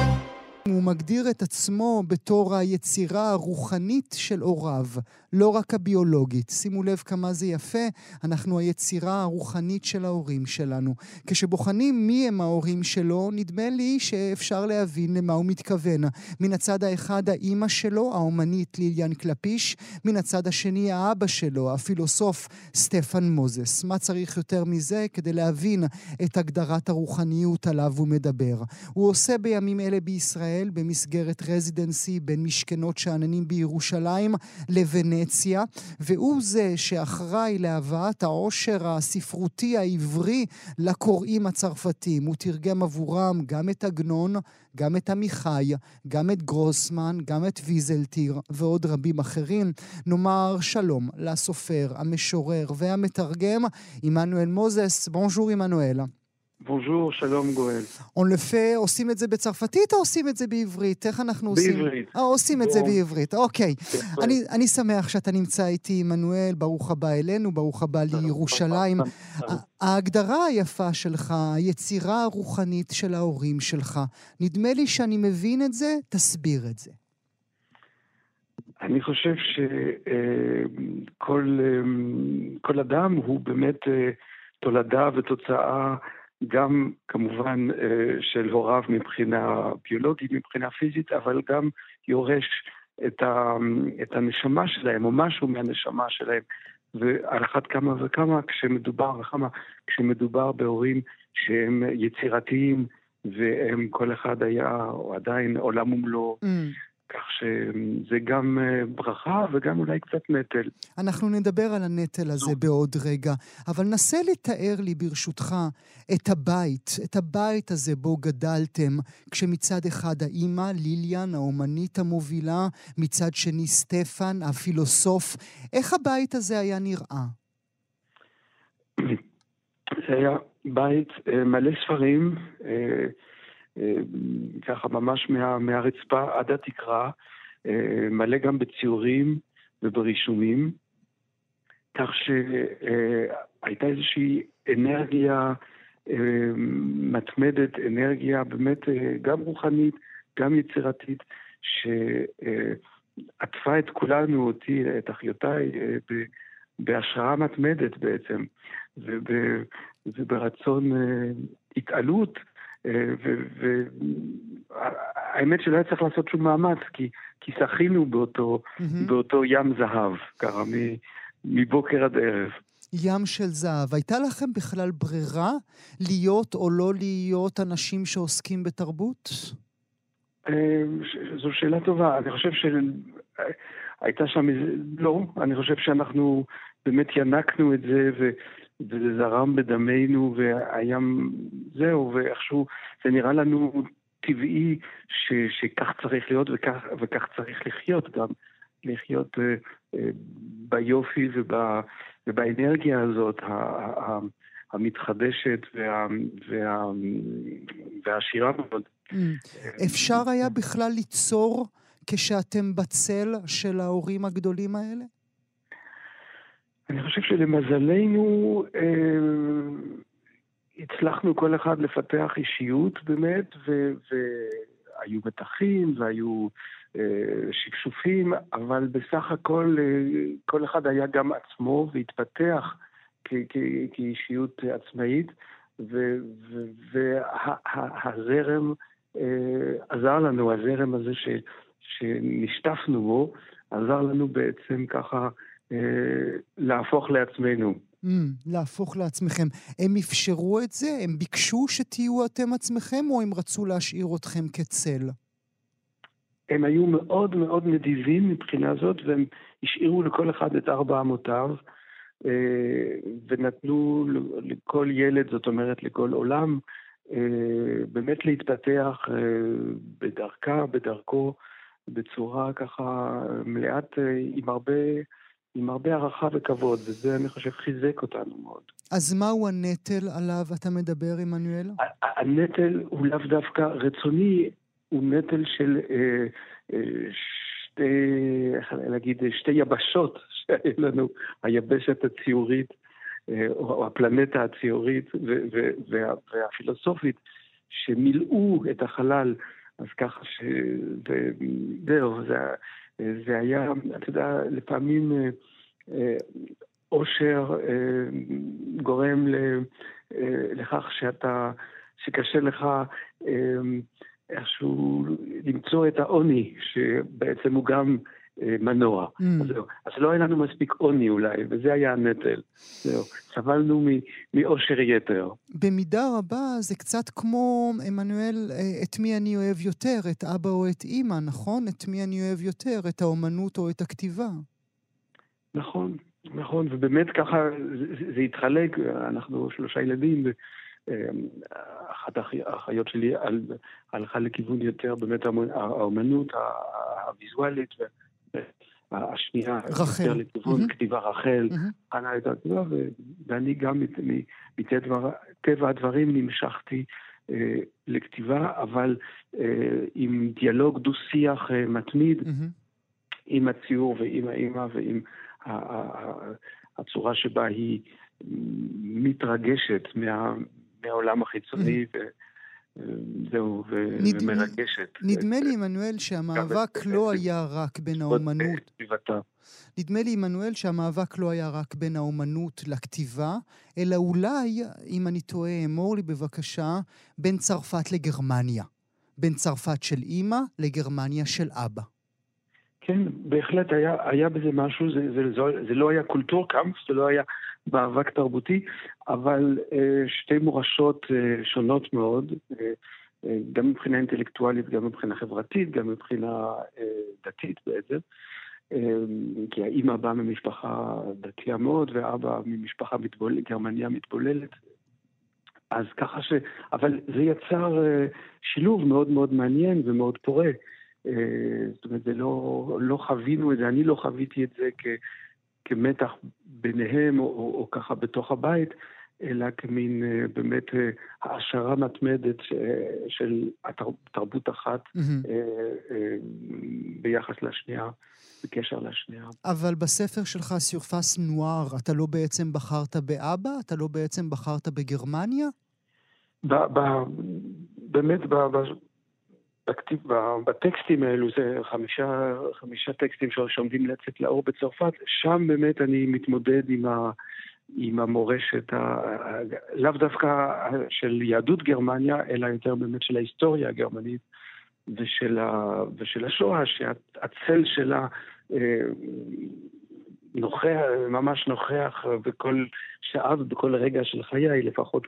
הוא מגדיר את עצמו בתור היצירה הרוחנית של הוריו, לא רק הביולוגית. שימו לב כמה זה יפה, אנחנו היצירה הרוחנית של ההורים שלנו. כשבוחנים מי הם ההורים שלו, נדמה לי שאפשר להבין למה הוא מתכוון. מן הצד האחד האמא שלו, האומנית ליליאן קלפיש, מן הצד השני האבא שלו, הפילוסוף סטפן מוזס. מה צריך יותר מזה כדי להבין את הגדרת הרוחניות עליו הוא מדבר? הוא עושה בימים אלה בישראל, במסגרת רזידנסי בין משכנות שעננים בירושלים לוונציה, והוא זה שאחראי להבאת העושר הספרותי העברי לקוראים הצרפתים. הוא תרגם עבורם גם את עגנון, גם את עמיחי, גם את גרוסמן, גם את ויזלטיר ועוד רבים אחרים. נאמר שלום לסופר, המשורר והמתרגם עמנואל מוזס. בונז'ור עמנואל. בונז'ור, שלום גואל. עושים את זה בצרפתית או עושים את זה בעברית? איך אנחנו עושים? בעברית. עושים את זה בעברית, אוקיי. אני שמח שאתה נמצא איתי, עמנואל, ברוך הבא אלינו, ברוך הבא לירושלים. ההגדרה היפה שלך, היצירה הרוחנית של ההורים שלך, נדמה לי שאני מבין את זה, תסביר את זה. אני חושב שכל אדם הוא באמת תולדה ותוצאה גם כמובן של הוריו מבחינה ביולוגית, מבחינה פיזית, אבל גם יורש את הנשמה שלהם, או משהו מהנשמה שלהם. ועל אחת כמה וכמה כשמדובר בהורים שהם יצירתיים, והם כל אחד היה או עדיין עולם ומלואו. כך שזה גם ברכה וגם אולי קצת נטל. אנחנו נדבר על הנטל הזה בעוד רגע, אבל נסה לתאר לי ברשותך את הבית הזה בו גדלתם, כשמצד אחד האמא, ליליאן, האומנית המובילה, מצד שני סטפן, הפילוסוף. איך הבית הזה היה נראה? זה היה בית מלא ספרים, ככה ממש מהרצפה עד התקרה, מלא גם בציורים וברישומים, כך שהייתה איזושהי אנרגיה מתמדת, אנרגיה באמת גם רוחנית, גם יצירתית, שעטפה את כולנו, אותי, את אחיותיי, בהשראה מתמדת בעצם, וברצון התעלות, והאמת שלא היה צריך לעשות שום מאמץ, כי שחינו באותו ים זהב, ככה מבוקר עד ערב. ים של זהב. הייתה לכם בכלל ברירה להיות או לא להיות אנשים שעוסקים בתרבות? זו שאלה טובה. אני חושב שהייתה שם לא, אני חושב שאנחנו באמת ינקנו את זה וזה זרם בדמנו, והים זהו, ואיכשהו זה נראה לנו טבעי שכך צריך להיות וכך צריך לחיות גם, לחיות ביופי ובאנרגיה הזאת המתחדשת והעשירה מאוד. אפשר היה בכלל ליצור כשאתם בצל של ההורים הגדולים האלה? אני חושב שלמזלנו הצלחנו כל אחד לפתח אישיות באמת, היו מתחים והיו שפשופים, אבל בסך הכל כל אחד היה גם עצמו והתפתח כאישיות עצמאית, והזרם עזר לנו, הזרם הזה שנשטפנו בו, עזר לנו בעצם ככה להפוך לעצמנו. להפוך לעצמכם. הם אפשרו את זה? הם ביקשו שתהיו אתם עצמכם, או הם רצו להשאיר אתכם כצל? הם היו מאוד מאוד נדיבים מבחינה זאת, והם השאירו לכל אחד את 4 אמותיו, ונתנו לכל ילד, זאת אומרת לכל עולם, באמת להתפתח בדרכו, בצורה ככה מלאת עם הרבה הערכה וכבוד, וזה אני חושב חיזק אותנו מאוד. אז מהו הנטל עליו אתה מדבר, עמנואל? הנטל הוא לאו דווקא רצוני, הוא נטל של שתי יבשות שהיו לנו, היבשת הציורית, או הפלנטה הציורית והפילוסופית, שמילאו את החלל, אז ככה שזהו, זה היה, אתה יודע, לפעמים אושר גורם לכך שקשה לך איכשהו למצוא את העוני, שבעצם הוא גם מנוע. אז לא היה לנו מספיק עוני אולי, וזה היה הנטל. זהו, סבלנו מאושר יתר. במידה רבה זה קצת כמו, עמנואל, את מי אני אוהב יותר, את אבא או את אמא, נכון? את מי אני אוהב יותר, את האומנות או את הכתיבה. נכון, נכון, ובאמת ככה זה התחלק, אנחנו 3 ילדים, אחת האחיות שלי הלכה לכיוון יותר באמת האומנות הוויזואלית, והשנייה יותר לכיוון כתיבה, רחל, חנה הייתה כתיבה, ואני גם מטבע הדברים נמשכתי לכתיבה, אבל עם דיאלוג דו-שיח מתמיד, עם הציור ועם האמא ועם הצורה שבה היא מתרגשת מהעולם החיצוני וזהו, ומרגשת. נדמה לי, עמנואל, שהמאבק לא היה רק בין האומנות. נדמה לי, עמנואל, שהמאבק לא היה רק בין האומנות לכתיבה, אלא אולי, אם אני טועה, אמור לי בבקשה, בין צרפת לגרמניה. בין צרפת של אמא לגרמניה של אבא. כן, בהחלט היה בזה משהו, זה לא היה קולטורקאמפ, זה לא היה מאבק תרבותי, אבל שתי מורשות שונות מאוד, גם מבחינה אינטלקטואלית, גם מבחינה חברתית, גם מבחינה דתית בעצם, כי האמא באה ממשפחה דתיה מאוד, ואבא ממשפחה גרמניה מתבוללת, אז ככה אבל זה יצר שילוב מאוד מאוד מעניין ומאוד פורה. זאת אומרת, לא חווינו את זה, אני לא חוויתי את זה כמתח ביניהם או ככה בתוך הבית, אלא כמין באמת העשרה מתמדת של תרבות אחת ביחס לשנייה, בקשר לשנייה. אבל בספר שלך סורפס נואר, אתה לא בעצם בחרת באבא? אתה לא בעצם בחרת בגרמניה? באמת בטקסטים האלו, זה 5 טקסטים שעומדים לצאת לאור בצרפת, שם באמת אני מתמודד עם המורשת, לאו דווקא של יהדות גרמניה, אלא יותר באמת של ההיסטוריה הגרמנית ושל השואה, שהצל שלה ממש נוכח בכל שעה ובכל רגע של חיי, לפחות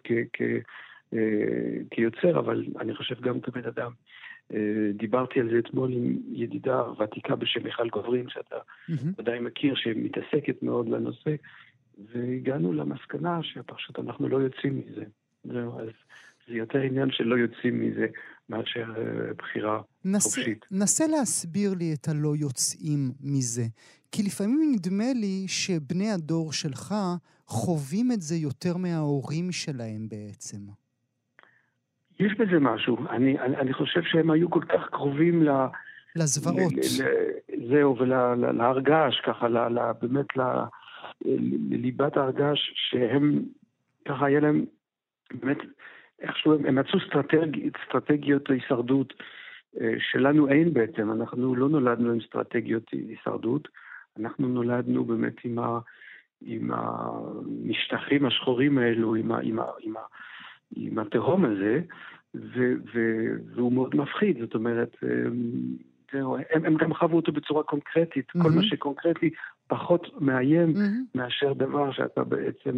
כיוצר, אבל אני חושב גם כבן אדם. דיברתי על זה אתמול עם ידידה ותיקה בשם מיכל גוברין, שאתה ודאי מכיר, שמתעסקת מאוד לנושא, והגענו למסקנה שפשוט אנחנו לא יוצאים מזה. אז זה יותר עניין שלא יוצאים מזה מאשר בחירה חופשית. נסה להסביר לי את הלא יוצאים מזה, כי לפעמים נדמה לי שבני הדור שלך חווים את זה יותר מההורים שלהם בעצם. יש בזה משהו. אני חושב שהם היו כל כך קרובים לזוועות. זהו, ולהרגש, ככה, באמת לליבת ההרגש, שהם, ככה היה להם, באמת, איכשהו, הם מצאו אסטרטגיות הישרדות שלנו אין בעצם, אנחנו לא נולדנו עם אסטרטגיות הישרדות, אנחנו נולדנו באמת עם המשטחים השחורים האלו, עם התהום הזה, והוא מאוד מפחיד, זאת אומרת, הם גם חוו אותו בצורה קונקרטית, כל מה שקונקרטי פחות מאיים מאשר דבר שאתה בעצם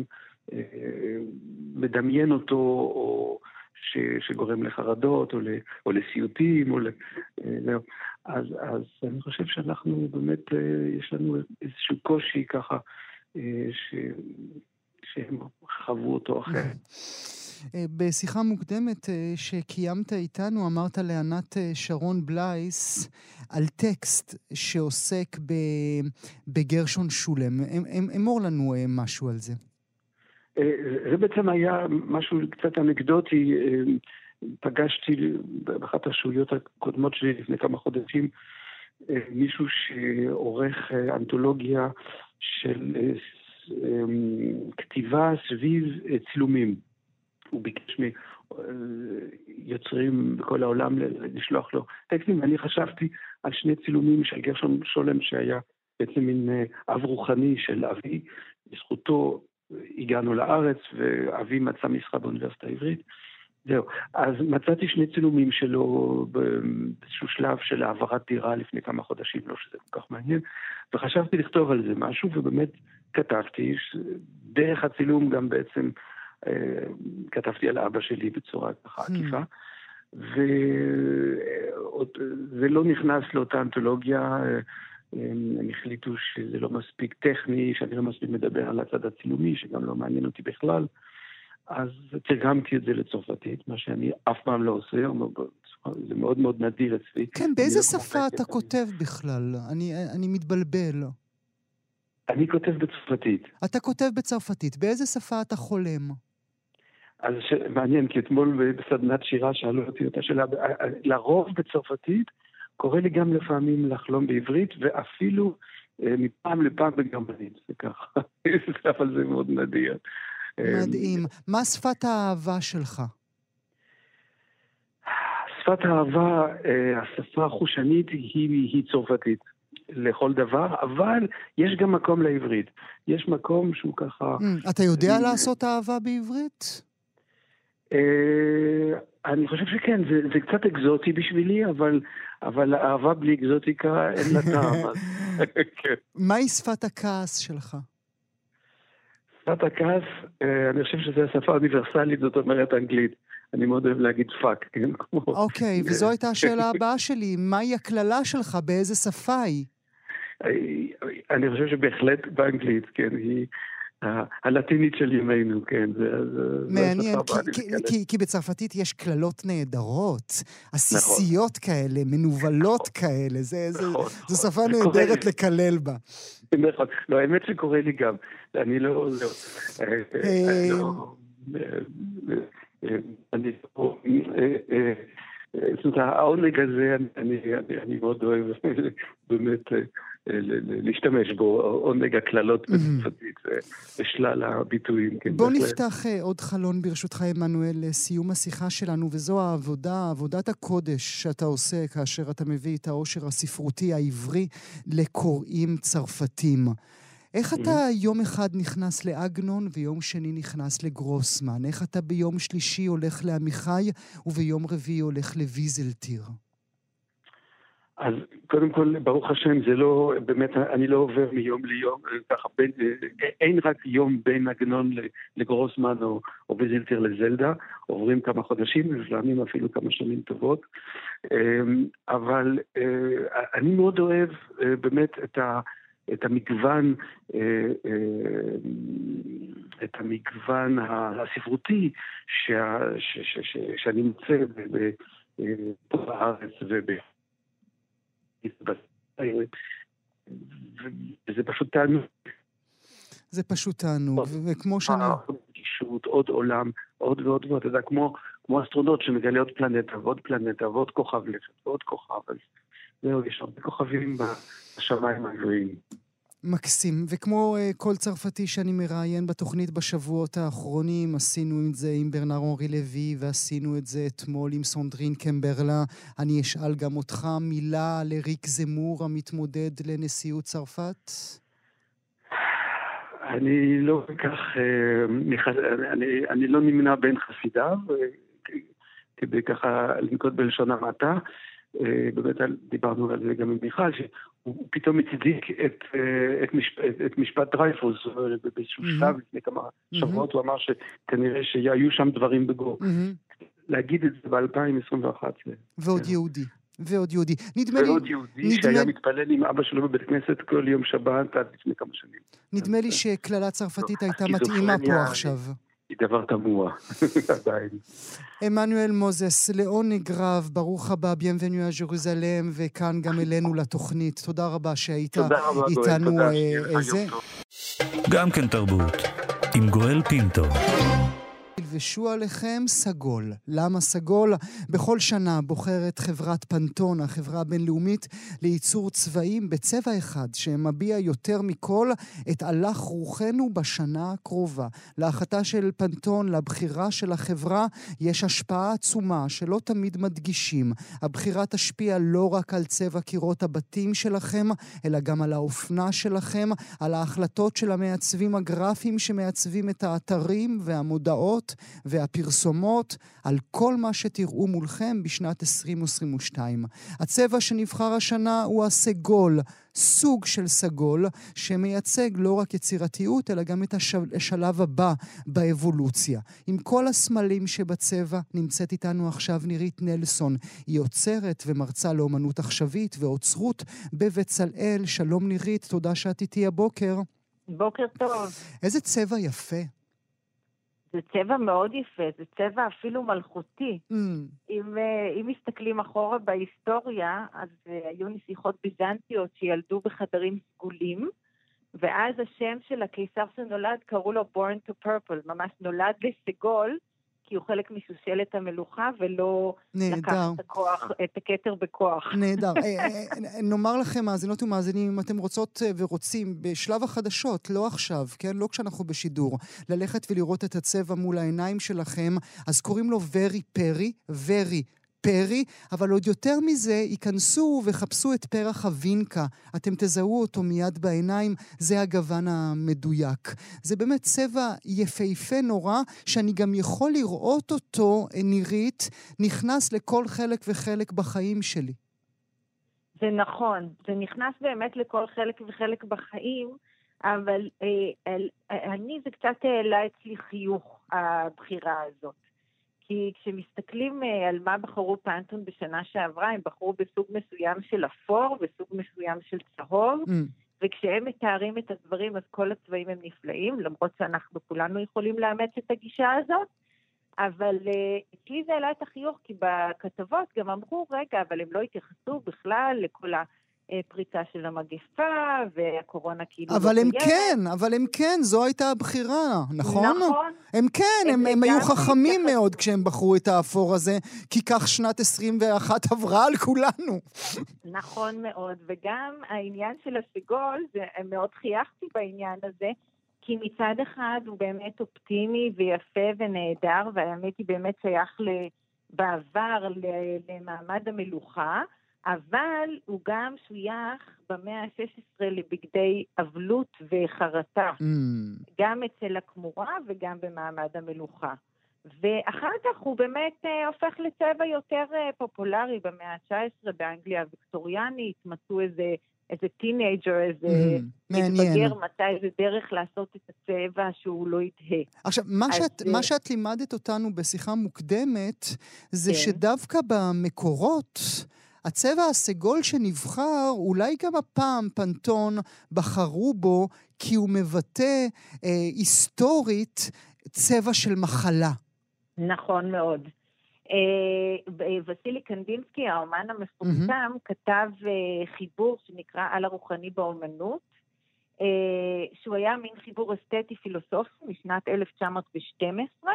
מדמיין אותו, או שגורם לחרדות, או לסיוטים, אז אני חושב שאנחנו באמת, יש לנו איזשהו קושי ככה, שהם חוו אותו אחרת. בשיחה מוקדמת שקיימת איתנו, אמרת לענת שרון בלייס על טקסט שעוסק בגרשון שולם. אמור לנו משהו על זה. זה בעצם היה משהו קצת אנקדוטי. פגשתי באחת השעועיות הקודמות שלי לפני כמה חודשים מישהו שעורך אנתולוגיה של כתיבה סביב צילומים. הוא ביקש מיוצרים בכל העולם לשלוח לו טקסטים, ואני חשבתי על שני צילומים של גרשון שולם שהיה בעצם מין אב רוחני של אבי. בזכותו הגענו לארץ ואבי מצא משרה באוניברסיטה העברית. זהו. אז מצאתי שני צילומים שלו באיזשהו שלב של העברת דירה לפני כמה חודשים, לא שזה כל כך מעניין, וחשבתי לכתוב על זה משהו, ובאמת כתבתי, דרך הצילום גם בעצם כתבתי על אבא שלי בצורה ככה עקיפה, וזה לא נכנס לאותה אנתולוגיה. הם החליטו שזה לא מספיק טכני, שאני לא מספיק מדבר על הצד הצילומי, שגם לא מעניין אותי בכלל, אז תרגמתי את זה לצרפתית, מה שאני אף פעם לא עושה, זה מאוד מאוד נדיר אצלי. כן, באיזה שפה אתה כותב בכלל? אני מתבלבל. אני כותב בצרפתית. אתה כותב בצרפתית, באיזה שפה אתה חולם? אז מעניין, כי אתמול בסדנת שירה שאלו אותי אותה שאלה, לרוב בצרפתית, קורא לי גם לפעמים לחלום בעברית, ואפילו מפעם לפעם בגרמנית, זה ככה, אבל זה מאוד נדיר. מדהים. מה שפת האהבה שלך? שפת האהבה, השפה החושנית היא צרפתית לכל דבר, אבל יש גם מקום לעברית. יש מקום שהוא ככה... אתה יודע לעשות אהבה בעברית? אני חושב שכן, זה קצת אקזוטי בשבילי, אבל האהבה בלי אקזוטיקה אין לה טעם. מהי שפת הכעס שלך? שפת הכעס, אני חושב שזו השפה האוניברסלית, זאת אומרת אנגלית. אני מאוד אוהב להגיד פאק, כן? אוקיי, וזו הייתה השאלה הבאה שלי. מהי הכללה שלך? באיזה שפה היא? אני חושב שבהחלט באנגלית, כן, היא... הלטינית של ימינו, כן. מעניין, כי בצרפתית יש כללות נהדרות, עסיסיות כאלה, מנובלות כאלה, זו שפה נהדרת לקלל בה. נכון, לא, האמת שקורה לי גם, אני לא, זאת אומרת, העונג הזה, אני מאוד אוהב באמת להשתמש בו, עונג הכללות בצרפתית, ושלל הביטויים. בוא נפתח עוד חלון ברשותך, עמנואל, לסיום השיחה שלנו, וזו העבודה, עבודת הקודש שאתה עושה כאשר אתה מביא את העושר הספרותי העברי לקוראים צרפתים. איך אתה יום אחד נכנס לאגנון ויום שני נכנס לגרוסמן? איך אתה ביום שלישי הולך לעמיחי וביום רביעי הולך לויזלטיר? אז קודם כל, ברוך השם, זה לא, באמת, אני לא עובר מיום ליום, ככה, אין רק יום בין אגנון לגרוסמן או ויזלטיר לזלדה, עוברים כמה חודשים, ולפעמים אפילו כמה שנים טובות, אבל אני מאוד אוהב באמת את המגוון הספרותי שאני מוצא בארץ וזה פשוט תענוג. זה פשוט תענוג, וכמו שאני... עוד עולם, עוד ועוד ועוד, אתה יודע, כמו אסטרונאוט שמגלה עוד פלנטה ועוד פלנטה ועוד כוכב לכת ועוד כוכב, אז זהו, יש הרבה כוכבים בשמיים הגבוהים. מקסים, וכמו כל צרפתי שאני מראיין בתוכנית בשבועות האחרונים, עשינו את זה עם ברנר אנרי לוי, ועשינו את זה אתמול עם סנדרין קמברלה. אני אשאל גם אותך מילה לריק זמור המתמודד לנשיאות צרפת? אני לא כך, אני לא נמנע בין חסידיו, כדי ככה לנקוט בלשון המעטה. באמת דיברנו על זה גם עם מיכל, שהוא פתאום הצדיק את משפט דרייפוס, באיזשהו שלב לפני כמה שבועות הוא אמר שכנראה שהיו שם דברים בגו. להגיד את זה ב-2021. ועוד יהודי. ועוד יהודי. ועוד יהודי שהיה מתפלל עם אבא שלו בבית כנסת כל יום שבת עד לפני כמה שנים. נדמה לי שכללה צרפתית הייתה מתאימה פה עכשיו. היא דבר תמוה, עדיין. עמנואל מוזס, לעונג רב, ברוך הבא, ביenvenue à Jérusalem, וכאן גם אלינו לתוכנית. תודה רבה שהיית איתנו. גם כן תרבות, עם גואל פינטו. תלבשו עליכם סגול. למה סגול? בכל שנה בוחרת חברת פנטון, החברה הבינלאומית לייצור צבעים בצבע אחד, שמביע יותר מכל את הלך רוחנו בשנה הקרובה. להחלטה של פנטון, לבחירה של החברה, יש השפעה עצומה שלא תמיד מדגישים. הבחירה תשפיע לא רק על צבע קירות הבתים שלכם, אלא גם על האופנה שלכם, על ההחלטות של המעצבים הגרפיים שמעצבים את האתרים והמודעות, והפרסומות, על כל מה שתראו מולכם בשנת 2022. הצבע שנבחר השנה הוא הסגול, סוג של סגול שמייצג לא רק יצירתיות, אלא גם את השלב הבא באבולוציה. עם כל הסמלים שבצבע נמצאת איתנו עכשיו נירית נלסון. היא יוצרת ומרצה לאומנות עכשווית ואוצרות בבצלאל. שלום נירית, תודה שאת איתי הבוקר. בוקר טוב. איזה צבע יפה. זה צבע מאוד יפה, זה צבע אפילו מלכותי. אם מסתכלים אחורה בהיסטוריה, אז היו נסיכות ביזנטיות שילדו בחדרים סגולים, ואז השם של הקיסר שנולד קראו לו Born to Purple, ממש נולד בסגול, כי הוא חלק משושלת המלוכה, ולא לקח את הכתר בכוח. נהדר. נאמר לכם, מאזינות ומאזינים, אם אתם רוצות ורוצים, בשלב החדשות, לא עכשיו, כן? לא כשאנחנו בשידור, ללכת ולראות את הצבע מול העיניים שלכם, אז קוראים לו Very פרי, אבל עוד יותר מזה, ייכנסו וחפשו את פרח הווינקה. אתם תזהו אותו מיד בעיניים, זה הגוון המדויק. זה באמת צבע יפהפה נורא, שאני גם יכול לראות אותו, נירית, נכנס לכל חלק וחלק בחיים שלי. זה נכון, זה נכנס באמת לכל חלק וחלק בחיים, אבל אני זה קצת העלה אצלי חיוך, הבחירה הזאת. כי כשמסתכלים על מה בחרו פנטון בשנה שעברה, הם בחרו בסוג מסוים של אפור, בסוג מסוים של צהוב, וכשהם מתארים את הדברים, אז כל הצבעים הם נפלאים, למרות שאנחנו כולנו יכולים לאמץ את הגישה הזאת, אבל אצלי זה העלה את החיוך, כי בכתבות גם אמרו, רגע, אבל הם לא התייחסו בכלל לכל הפריצה של המגפה, והקורונה כאילו... אבל הם כן, זו הייתה הבחירה, נכון? נכון. הם כן, הם היו חכמים מאוד כשהם בחרו את האפור הזה, כי כך שנת 21 עברה על כולנו. נכון מאוד, וגם העניין של הסגול, מאוד חייכתי בעניין הזה, כי מצד אחד הוא באמת אופטימי ויפה ונהדר, והאמת היא באמת שייך בעבר למעמד המלוכה, אבל הוא גם שייך במאה ה-16 לבגדי אבלות וחרטה, גם אצל הכמורה וגם במעמד המלוכה. ואחר כך הוא באמת הופך לצבע יותר פופולרי במאה ה-19 באנגליה הוויקטוריאנית, מצאו איזה טינג'ר, איזה מתבגר, מתי איזה דרך לעשות את הצבע שהוא לא יתהה. עכשיו, מה שאת לימדת אותנו בשיחה מוקדמת, זה שדווקא במקורות, הצבע הסגול שנבחר, אולי גם הפעם פנטון בחרו בו, כי הוא מבטא היסטורית צבע של מחלה. נכון מאוד. וסילי קנדינסקי, האומן המפורסם, כתב חיבור שנקרא על הרוחני באומנות, שהוא היה מין חיבור אסתטי פילוסופי משנת 1912,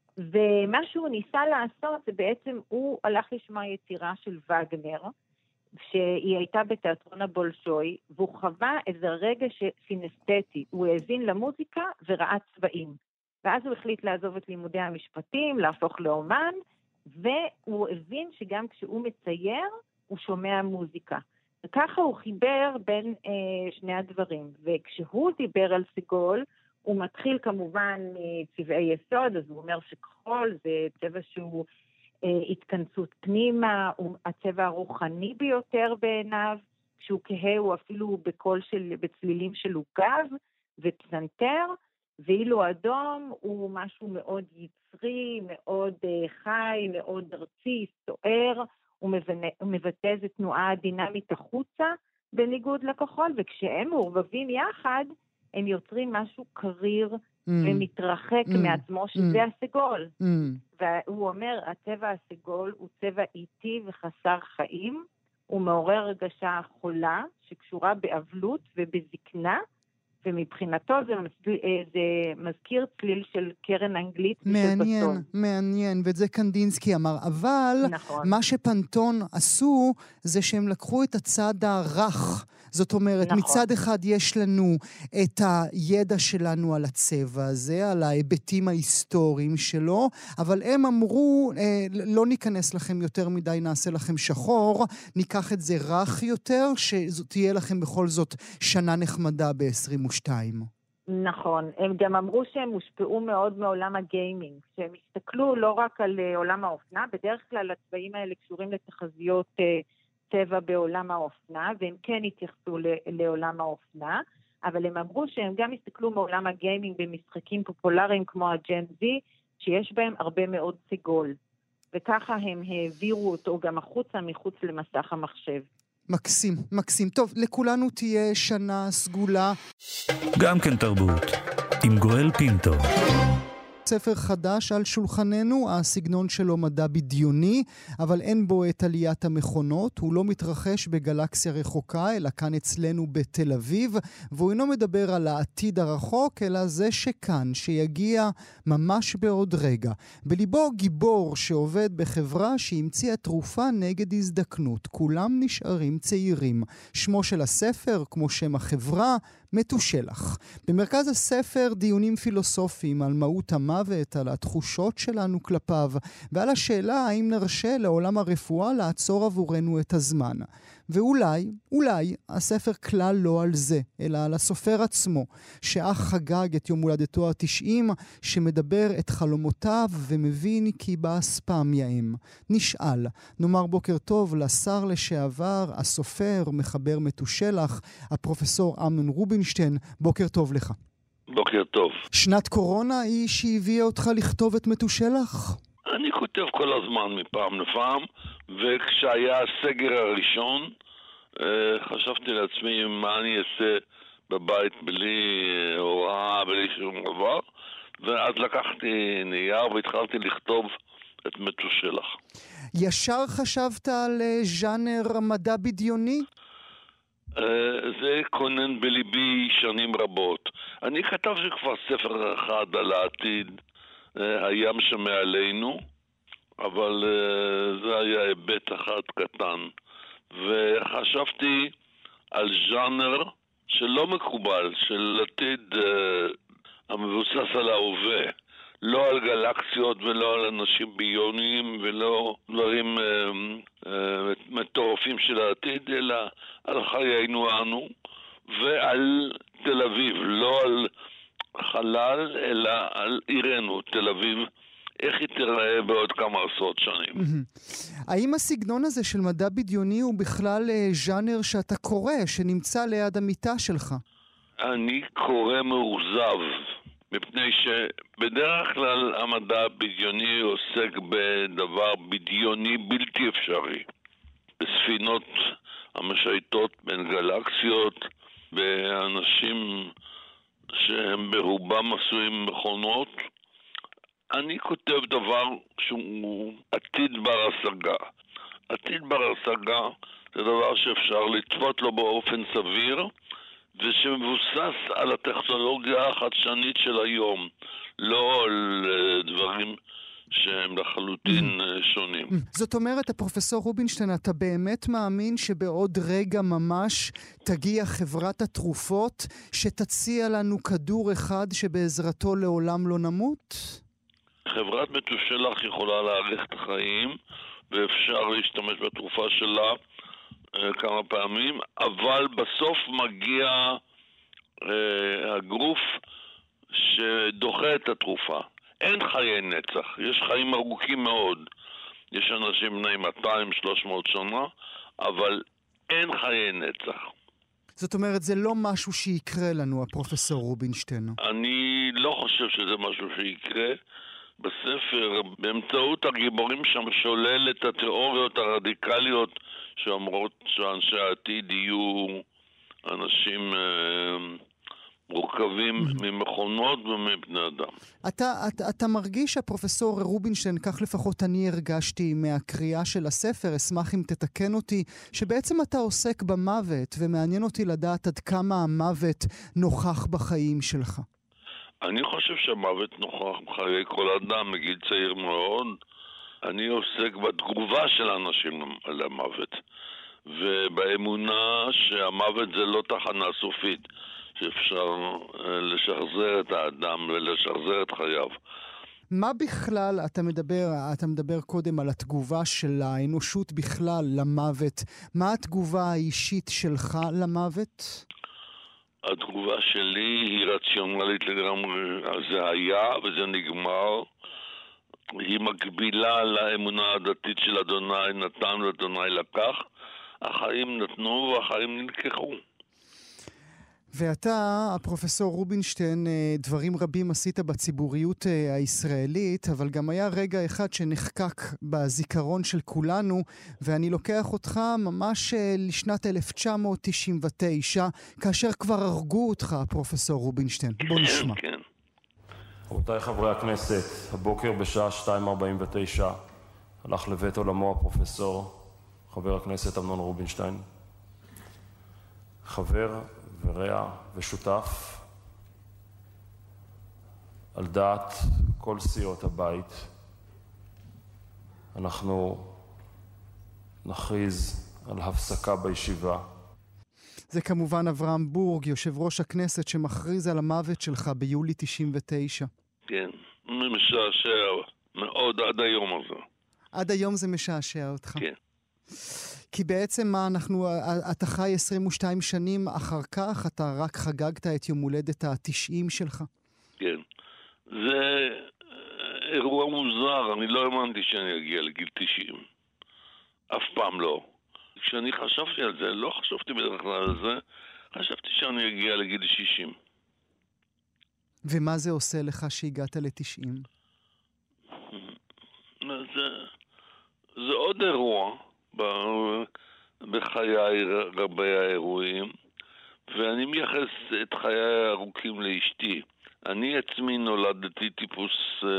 ומה שהוא ניסה לעשות זה בעצם הוא הלך לשמוע יצירה של וגנר, שהיא הייתה בתיאטרון הבולשוי, והוא חווה איזה רגע סינסתטי, הוא האזין למוזיקה וראה צבעים. ואז הוא החליט לעזוב את לימודי המשפטים, להפוך לאומן, והוא הבין שגם כשהוא מצייר, הוא שומע מוזיקה. וככה הוא חיבר בין שני הדברים. וכשהוא דיבר על סגול, הוא מתחיל כמובן מצבעי יסוד, אז הוא אומר שכחול זה צבע שהוא התכנסות פנימה, הוא הצבע הרוחני ביותר בעיניו, כשהוא כהה הוא אפילו בצלילים של עוגב ופסנתר, ואילו אדום הוא משהו מאוד יצרי, מאוד חי, מאוד ארצי, סוער, הוא מבטא איזו תנועה דינמית החוצה בניגוד לכחול, וכשהם מעורבבים יחד, הם יוצרים משהו קריר ומתרחק מעצמו, שזה הסגול. והוא אומר, הצבע הסגול הוא צבע איטי וחסר חיים, הוא מעורר הרגשה חולה שקשורה באבלות ובזקנה, ומבחינתו זה מזכיר צליל של קרן אנגלית. מעניין, ואת זה קנדינסקי אמר. אבל נכון. מה שפנטון עשו זה שהם לקחו את הצד הרך. זאת אומרת, נכון. מצד אחד יש לנו את הידע שלנו על הצבע הזה, על ההיבטים ההיסטוריים שלו, אבל הם אמרו, לא ניכנס לכם יותר מדי, נעשה לכם שחור, ניקח את זה רך יותר, שזאת תהיה לכם בכל זאת שנה נחמדה ב-22. נכון, הם גם אמרו שהם הושפעו מאוד מעולם הגיימינג, שהם הסתכלו לא רק על עולם האופנה, בדרך כלל הצבעים האלה קשורים לתחזיות צבע בעולם האופנה, והם כן התייחסו לעולם האופנה, אבל הם אמרו שהם גם הסתכלו מעולם הגיימינג במשחקים פופולריים כמו הג'ן זי, שיש בהם הרבה מאוד סגול, וככה הם העבירו אותו גם החוצה מחוץ למסך המחשב. מקסים, מקסים. טוב, לכולנו תהיה שנה סגולה. גם כן תרבות, עם גואל פינטו. ספר חדש על שולחננו, הסגנון שלו מדע בדיוני, אבל אין בו את עליית המכונות, הוא לא מתרחש בגלקסיה רחוקה, אלא כאן אצלנו בתל אביב, והוא אינו מדבר על העתיד הרחוק, אלא זה שכאן, שיגיע ממש בעוד רגע. בליבו גיבור שעובד בחברה שהמציאה תרופה נגד הזדקנות, כולם נשארים צעירים. שמו של הספר, כמו שם החברה, מתושלח. במרכז הספר דיונים פילוסופיים על מהות המוות, על התחושות שלנו כלפיו, ועל השאלה האם נרשה לעולם הרפואה לעצור עבורנו את הזמן. ואולי הספר כלל לא על זה, אלא על הסופר עצמו, שאך חגג את יום הולדתו ה-90, שמדבר את חלומותיו ומבין כי בא ספם יהם. נשאל, נאמר בוקר טוב לשר לשעבר, הסופר, מחבר מתושלח, הפרופסור אמנון רובינשטיין. בוקר טוב לך. בוקר טוב. שנת קורונה היא שהביאה אותך לכתוב את מתושלח? אני כותב כל הזמן מפעם לפעם, וכשהיה הסגר הראשון, חשבתי לעצמי מה אני אעשה בבית בלי הוראה, בלי שום דבר, ואז לקחתי נייר והתחלתי לכתוב את מתושלח. ישר חשבת על ז'אנר מדע בדיוני? זה כונן בליבי שנים רבות. אני כתבתי כבר ספר אחד על העתיד, הים שמעלינו, אבל זה היה היבט אחד קטן. וחשבתי על ז'אנר שלא מקובל, של עתיד המבוסס על ההווה. לא על גלקסיות ולא על אנשים ביוניים ולא דברים מטורפים של העתיד, אלא על חיינו אנו ועל תל אביב, לא על חלל אלא על עירנו, תל אביב, איך היא תראה בעוד כמה עשרות שנים. האם הסגנון הזה של מדע בדיוני הוא בכלל ז'אנר שאתה קורא, שנמצא ליד המיטה שלך? אני קורא מאוכזב, מפני שבדרך כלל המדע הבדיוני עוסק בדבר בדיוני בלתי אפשרי. בספינות המשייטות בין גלקסיות, באנשים שהם ברובם עשויים מכונות. אני כותב דבר שהוא עתיד בר השגה. עתיד בר השגה זה דבר שאפשר לצפות לו באופן סביר, ושמבוסס על הטכנולוגיה החדשנית של היום, לא על דברים שהם לחלוטין שונים. זאת אומרת, הפרופסור רובינשטיין, אתה באמת מאמין שבעוד רגע ממש תגיע חברת התרופות שתציע לנו כדור אחד שבעזרתו לעולם לא נמות? חברת מתושלח יכולה להאריך את החיים, ואפשר להשתמש בתרופה שלה כמה פעמים, אבל בסוף מגיע הגוף שדוחה את התרופה. אין חיי נצח, יש חיים ארוכים מאוד. יש אנשים בני 200-300 שנה, אבל אין חיי נצח. זאת אומרת, זה לא משהו שיקרה לנו, הפרופסור רובינשטיין. אני לא חושב שזה משהו שיקרה. בספר, באמצעות הגיבורים שם שולל את התיאוריות הרדיקליות שאומרות שאנשי העתיד יהיו אנשים מורכבים ממכונות ומבני אדם. אתה מרגיש הפרופסור רובינשטיין, כך לפחות אני הרגשתי מהקריאה של הספר, אשמח אם תתקן אותי, שבעצם אתה עוסק במוות, ומעניין אותי לדעת עד כמה המוות נוכח בחיים שלך. אני חושב שהמוות נוכח בחיי כל אדם מגיל צעיר מאוד. אני עוסק בתגובה של האנשים למוות, ובאמונה שהמוות זה לא תחנה סופית, שאפשר לשחזר את האדם ולשחזר את חייו. מה בכלל, אתה מדבר קודם על התגובה של האנושות בכלל למוות, מה התגובה האישית שלך למוות? התגובה שלי היא רציונלית לגמרי, זה היה וזה נגמר. היא מקבילה לאמונה הדתית של אדוני נתן ואדוני לקח. החיים נתנו והחיים נלקחו. ואתה, הפרופסור רובינשטיין, דברים רבים עשית בציבוריות הישראלית, אבל גם היה רגע אחד שנחקק בזיכרון של כולנו, ואני לוקח אותך ממש לשנת 1999, כאשר כבר הרגו אותך, פרופסור רובינשטיין. בוא נשמע. כן. רבותיי חברי הכנסת, הבוקר בשעה 2:49 הלך לבית עולמו הפרופסור חבר הכנסת אמנון רובינשטיין, חבר ורע ושותף על דעת כל סיעות הבית. אנחנו נכריז על הפסקה בישיבה. זה כמובן אברהם בורג, יושב ראש הכנסת, שמכריז על המוות שלך ביולי 99. כן, זה משעשע מאוד עד היום הזה. עד היום זה משעשע אותך. כן. כי בעצם אתה חי 22 שנים אחר כך, אתה רק חגגת את יום הולדת ה-90 שלך. כן. זה אירוע מוזר, אני לא האמנתי שאני אגיע לגיל 90. אף פעם לא. כשאני חשבתי על זה, לא חשבתי בדרך כלל על זה, חשבתי שאני אגיע לגיל 60. ומה זה עושה לך שהגעת ל-90? זה עוד אירוע בחיי רבי האירועים, ואני מייחס את חיי הארוכים לאשתי. אני עצמי נולדתי טיפוס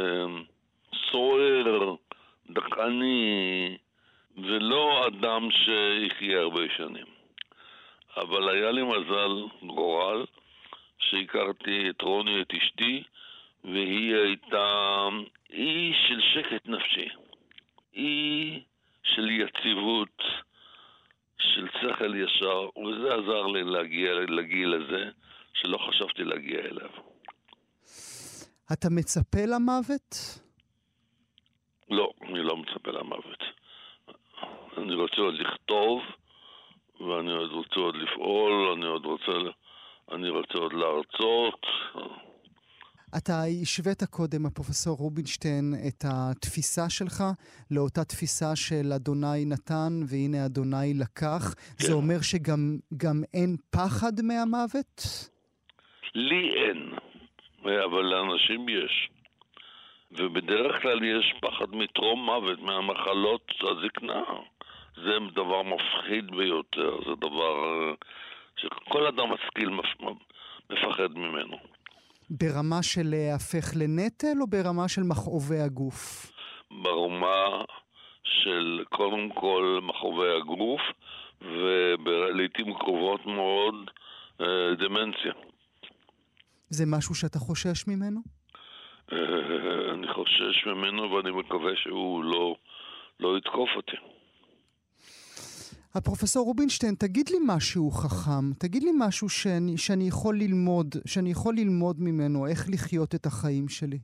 סוער, דקני, ולא אדם שיחיה הרבה שנים. אבל היה לי מזל גורל שהכרתי את רוני, את אשתי, והיא הייתה אי של שקט נפשי. אי של יציבות, של שכל ישר, וזה עזר לי להגיע לגיל הזה שלא חשבתי להגיע אליו. אתה מצפה למוות? לא, אני לא מצפה למוות. אני רוצה עוד לכתוב, ואני רוצה עוד לפעול, אני רוצה עוד להרצות. אתה השווית קודם, הפרופסור רובינשטיין, את התפיסה שלך לאותה תפיסה של אדוני נתן והנה אדוני לקח. כן. זה אומר שגם אין פחד מהמוות? לי אין, אבל לאנשים יש. ובדרך כלל יש פחד מטרום מוות, מהמחלות הזקנה. זה דבר מפחיד ביותר, זה דבר שכל אדם משכיל מפחד ממנו. ברמה של להפך לנטל או ברמה של מכאובי הגוף? ברמה של קודם כל מכאובי הגוף, ולעיתים קרובות מאוד דמנציה. זה משהו שאתה חושש ממנו? אני חושש ממנו ואני מקווה שהוא לא יתקוף אותי. הפרופסור רובינשטיין, תגיד לי משהו חכם, תגיד לי משהו שאני יכול ללמוד ממנו, איך לחיות את החיים שלי.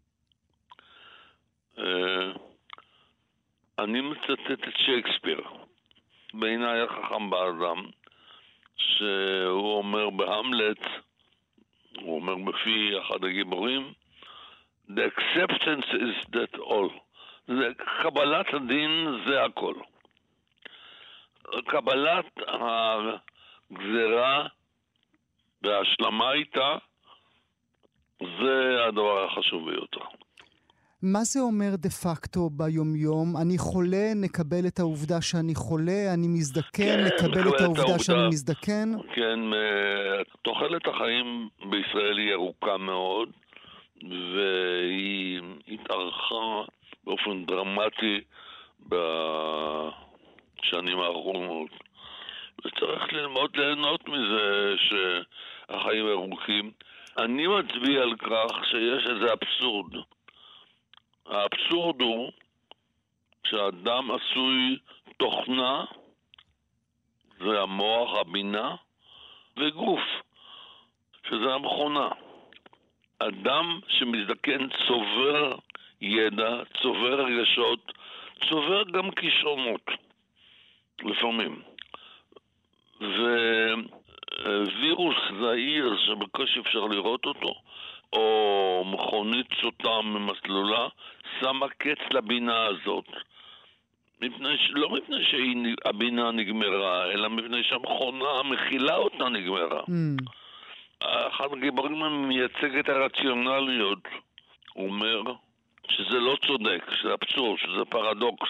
אני מצטט את שייקספיר, בעיניי החכם באדם, שהוא אומר בהמלט, הוא אומר בפי אחד הגיבורים, The acceptance is that all. קבלת הדין זה הכל. קבלת הגזרה וההשלמה איתה זה הדבר החשוב ביותר. מה זה אומר דה פקטו ביומיום? אני חולה, נקבל את העובדה שאני חולה, אני מזדקן, נקבל את העובדה שאני מזדקן? כן, תוחלת החיים בישראל היא ארוכה מאוד, והיא התארכה באופן דרמטי בשנים האחרונות. וצריך ללמוד ליהנות מזה שהחיים ארוכים. אני מצביע על כך שיש איזה אבסורד. האבסורד הוא שהאדם עשוי תוכנה, זה המוח, הבינה, וגוף, שזה המכונה. אדם שמזדקן צובר ידע, צובר רגשות, צובר גם כישרונות, לפעמים. ווירוס זעיר שבקושי אפשר לראות אותו, או מכונית סוטה ממסלולה, שמה קץ לבינה הזאת. לא מפני שהבינה נגמרה, אלא מפני שהמכונה המכילה אותה נגמרה. אחד הגיבורים מייצג את הרציונליות. הוא אומר שזה לא צודק, שזה אבסורד, שזה פרדוקס,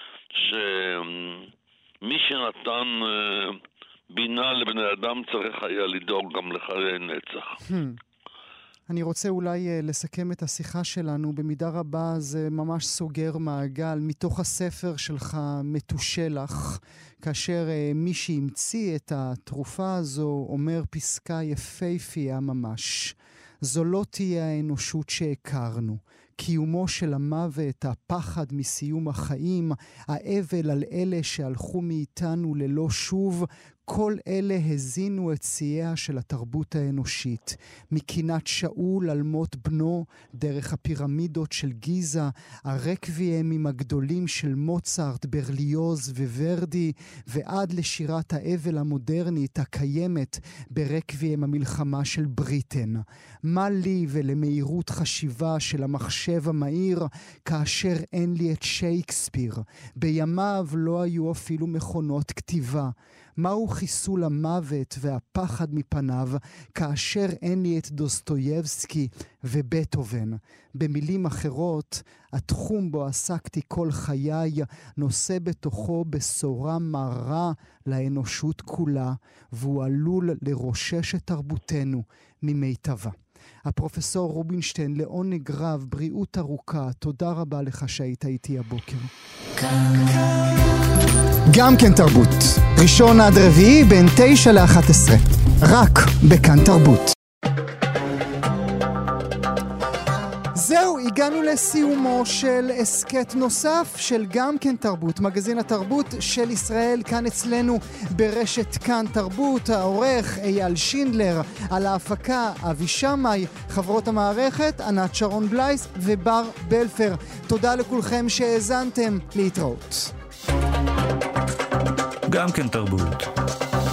שמי שנתן בינה לבני אדם צריך היה לדאוג גם לחיי נצח. אני רוצה אולי לסכם את השיחה שלנו. במידה רבה זה ממש סוגר מעגל מתוך הספר שלך מתושלח, כאשר מי שהמציא את התרופה הזו אומר פסקה יפהפייה ממש. זו לא תהיה האנושות שהכרנו. קיומו של המוות, הפחד מסיום החיים, האבל על אלה שהלכו מאיתנו ללא שוב, כל אלה הזינו את שיאיה של התרבות האנושית. מקינת שאול על מות בנו, דרך הפירמידות של גיזה, הרקוויאמים הגדולים של מוצרט, ברליוז וורדי, ועד לשירת האבל המודרנית הקיימת ברקוויאם המלחמה של בריטן. מה לי ולמהירות חשיבה של המחשב המהיר, כאשר אין לי את שייקספיר? בימיו לא היו אפילו מכונות כתיבה. מהו חיסול המוות והפחד מפניו, כאשר אין לי את דוסטויבסקי ובטהובן? במילים אחרות, התחום בו עסקתי כל חיי נושא בתוכו בשורה מרה לאנושות כולה, והוא עלול לרושש את תרבותנו ממיטבה. הפרופסור רובינשטיין, לעונג רב, בריאות ארוכה, תודה רבה לך שהיית איתי הבוקר. גם כן תרבות, ראשון עד רביעי בין 9 ל-11, רק בכאן תרבות. זהו, הגענו לסיומו של עסקת נוסף של גם כן תרבות, מגזין התרבות של ישראל, כאן אצלנו ברשת כאן תרבות. העורך אייל שינדלר, על ההפקה אבי שמאי, חברות המערכת ענת שרון בלייס ובר בלפר. תודה לכולכם שהאזנתם, להתראות. גם כן תרבות.